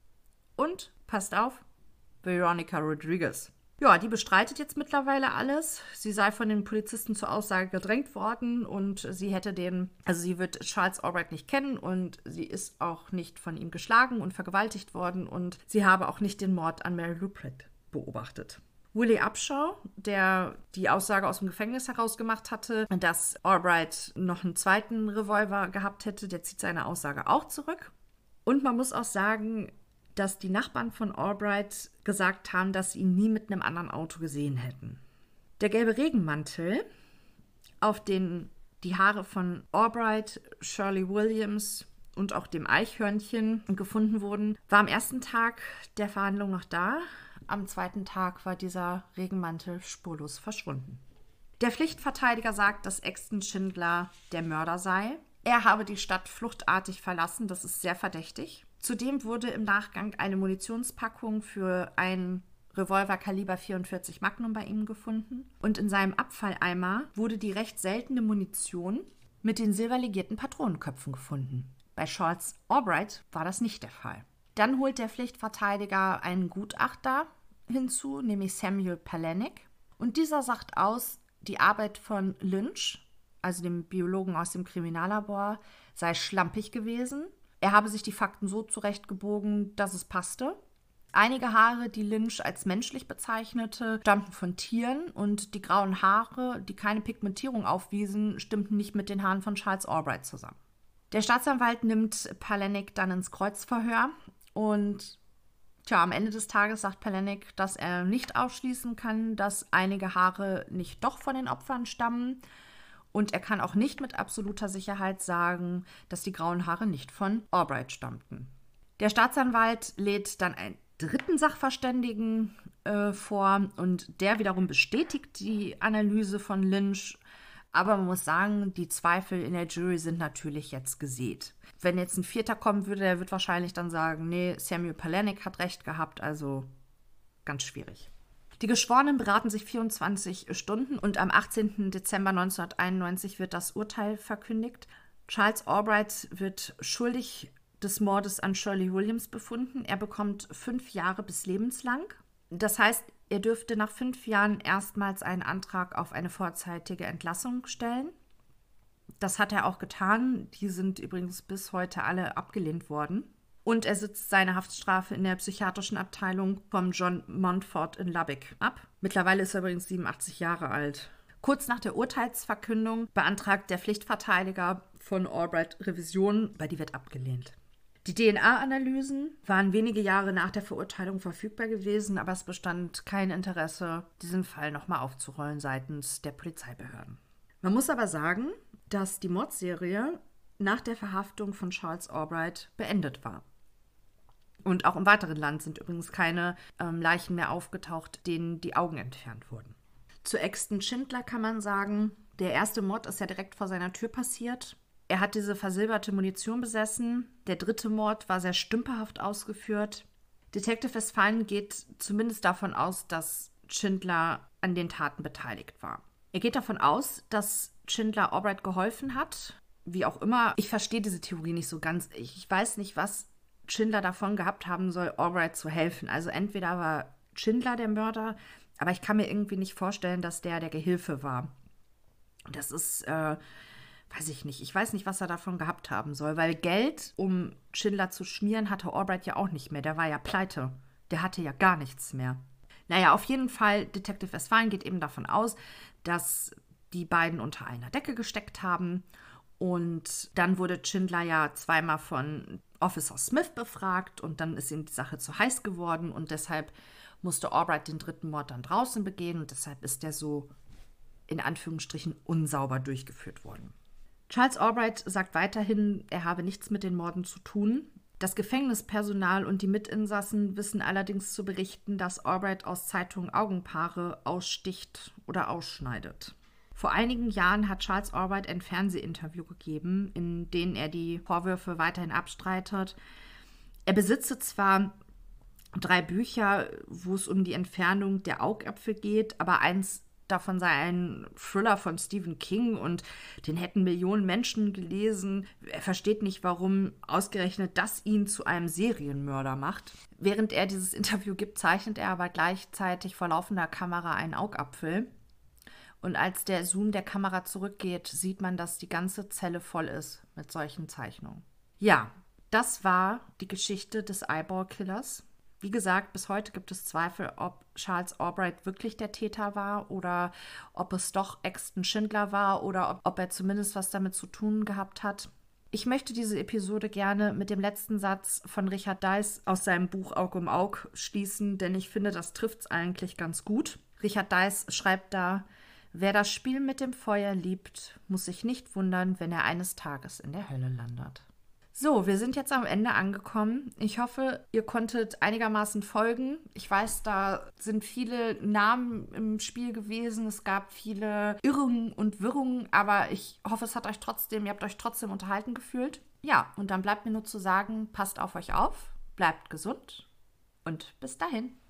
Und, passt auf, Veronica Rodriguez. Ja, die bestreitet jetzt mittlerweile alles. Sie sei von den Polizisten zur Aussage gedrängt worden und sie wird Charles Albright nicht kennen und sie ist auch nicht von ihm geschlagen und vergewaltigt worden und sie habe auch nicht den Mord an Mary Lou Pratt beobachtet. Willie Upshaw, der die Aussage aus dem Gefängnis herausgemacht hatte, dass Albright noch einen zweiten Revolver gehabt hätte, der zieht seine Aussage auch zurück. Und man muss auch sagen, dass die Nachbarn von Albright gesagt haben, dass sie ihn nie mit einem anderen Auto gesehen hätten. Der gelbe Regenmantel, auf den die Haare von Albright, Shirley Williams und auch dem Eichhörnchen gefunden wurden, war am ersten Tag der Verhandlung noch da. Am zweiten Tag war dieser Regenmantel spurlos verschwunden. Der Pflichtverteidiger sagt, dass Axton Schindler der Mörder sei. Er habe die Stadt fluchtartig verlassen, das ist sehr verdächtig. Zudem wurde im Nachgang eine Munitionspackung für ein Revolver Kaliber 44 Magnum bei ihm gefunden. Und in seinem Abfalleimer wurde die recht seltene Munition mit den silberlegierten Patronenköpfen gefunden. Bei Charles Albright war das nicht der Fall. Dann holt der Pflichtverteidiger einen Gutachter hinzu, nämlich Samuel Palahniuk. Und dieser sagt aus, die Arbeit von Lynch, also dem Biologen aus dem Kriminallabor, sei schlampig gewesen. Er habe sich die Fakten so zurechtgebogen, dass es passte. Einige Haare, die Lynch als menschlich bezeichnete, stammten von Tieren und die grauen Haare, die keine Pigmentierung aufwiesen, stimmten nicht mit den Haaren von Charles Albright zusammen. Der Staatsanwalt nimmt Palahniuk dann ins Kreuzverhör und am Ende des Tages sagt Palahniuk, dass er nicht ausschließen kann, dass einige Haare nicht doch von den Opfern stammen. Und er kann auch nicht mit absoluter Sicherheit sagen, dass die grauen Haare nicht von Albright stammten. Der Staatsanwalt lädt dann einen dritten Sachverständigen vor und der wiederum bestätigt die Analyse von Lynch. Aber man muss sagen, die Zweifel in der Jury sind natürlich jetzt gesät. Wenn jetzt ein Vierter kommen würde, der wird wahrscheinlich dann sagen, nee, Samuel Palahniuk hat recht gehabt, also ganz schwierig. Die Geschworenen beraten sich 24 Stunden und am 18. Dezember 1991 wird das Urteil verkündigt. Charles Albright wird schuldig des Mordes an Shirley Williams befunden. Er bekommt 5 Jahre bis lebenslang. Das heißt, er dürfte nach 5 Jahren erstmals einen Antrag auf eine vorzeitige Entlassung stellen. Das hat er auch getan. Die sind übrigens bis heute alle abgelehnt worden. Und er sitzt seine Haftstrafe in der psychiatrischen Abteilung vom John Montfort in Lubbock ab. Mittlerweile ist er übrigens 87 Jahre alt. Kurz nach der Urteilsverkündung beantragt der Pflichtverteidiger von Albright Revision, weil die wird abgelehnt. Die DNA-Analysen waren wenige Jahre nach der Verurteilung verfügbar gewesen, aber es bestand kein Interesse, diesen Fall nochmal aufzurollen seitens der Polizeibehörden. Man muss aber sagen, dass die Mordserie nach der Verhaftung von Charles Albright beendet war. Und auch im weiteren Land sind übrigens keine Leichen mehr aufgetaucht, denen die Augen entfernt wurden. Zu Axton Schindler kann man sagen, der erste Mord ist ja direkt vor seiner Tür passiert. Er hat diese versilberte Munition besessen. Der dritte Mord war sehr stümperhaft ausgeführt. Detective Westphalen geht zumindest davon aus, dass Schindler an den Taten beteiligt war. Er geht davon aus, dass Schindler Albright geholfen hat. Wie auch immer, ich verstehe diese Theorie nicht so ganz. Ich weiß nicht, was Schindler davon gehabt haben soll, Albright zu helfen. Also entweder war Schindler der Mörder, aber ich kann mir irgendwie nicht vorstellen, dass der Gehilfe war. Das ist, weiß ich nicht. Ich weiß nicht, was er davon gehabt haben soll, weil Geld, um Schindler zu schmieren, hatte Albright ja auch nicht mehr. Der war ja pleite. Der hatte ja gar nichts mehr. Naja, auf jeden Fall, Detective Westphalen geht eben davon aus, dass die beiden unter einer Decke gesteckt haben. Und dann wurde Schindler ja zweimal von Officer Smith befragt und dann ist ihm die Sache zu heiß geworden und deshalb musste Albright den dritten Mord dann draußen begehen und deshalb ist er so in Anführungsstrichen unsauber durchgeführt wurden. Charles Albright sagt weiterhin, er habe nichts mit den Morden zu tun. Das Gefängnispersonal und die Mitinsassen wissen allerdings zu berichten, dass Albright aus Zeitungen Augenpaare aussticht oder ausschneidet. Vor einigen Jahren hat Charles Albright ein Fernsehinterview gegeben, in dem er die Vorwürfe weiterhin abstreitet. Er besitze zwar 3 Bücher, wo es um die Entfernung der Augäpfel geht, aber eins davon sei ein Thriller von Stephen King und den hätten Millionen Menschen gelesen. Er versteht nicht, warum ausgerechnet das ihn zu einem Serienmörder macht. Während er dieses Interview gibt, zeichnet er aber gleichzeitig vor laufender Kamera einen Augapfel. Und als der Zoom der Kamera zurückgeht, sieht man, dass die ganze Zelle voll ist mit solchen Zeichnungen. Ja, das war die Geschichte des Eyeball-Killers. Wie gesagt, bis heute gibt es Zweifel, ob Charles Albright wirklich der Täter war oder ob es doch Axton Schindler war oder ob er zumindest was damit zu tun gehabt hat. Ich möchte diese Episode gerne mit dem letzten Satz von Richard Deiss aus seinem Buch Aug um Aug schließen, denn ich finde, das trifft es eigentlich ganz gut. Richard Deiss schreibt da: Wer das Spiel mit dem Feuer liebt, muss sich nicht wundern, wenn er eines Tages in der Hölle landet. So, wir sind jetzt am Ende angekommen. Ich hoffe, ihr konntet einigermaßen folgen. Ich weiß, da sind viele Namen im Spiel gewesen. Es gab viele Irrungen und Wirrungen, aber ich hoffe, ihr habt euch trotzdem unterhalten gefühlt. Ja, und dann bleibt mir nur zu sagen, passt auf euch auf, bleibt gesund und bis dahin.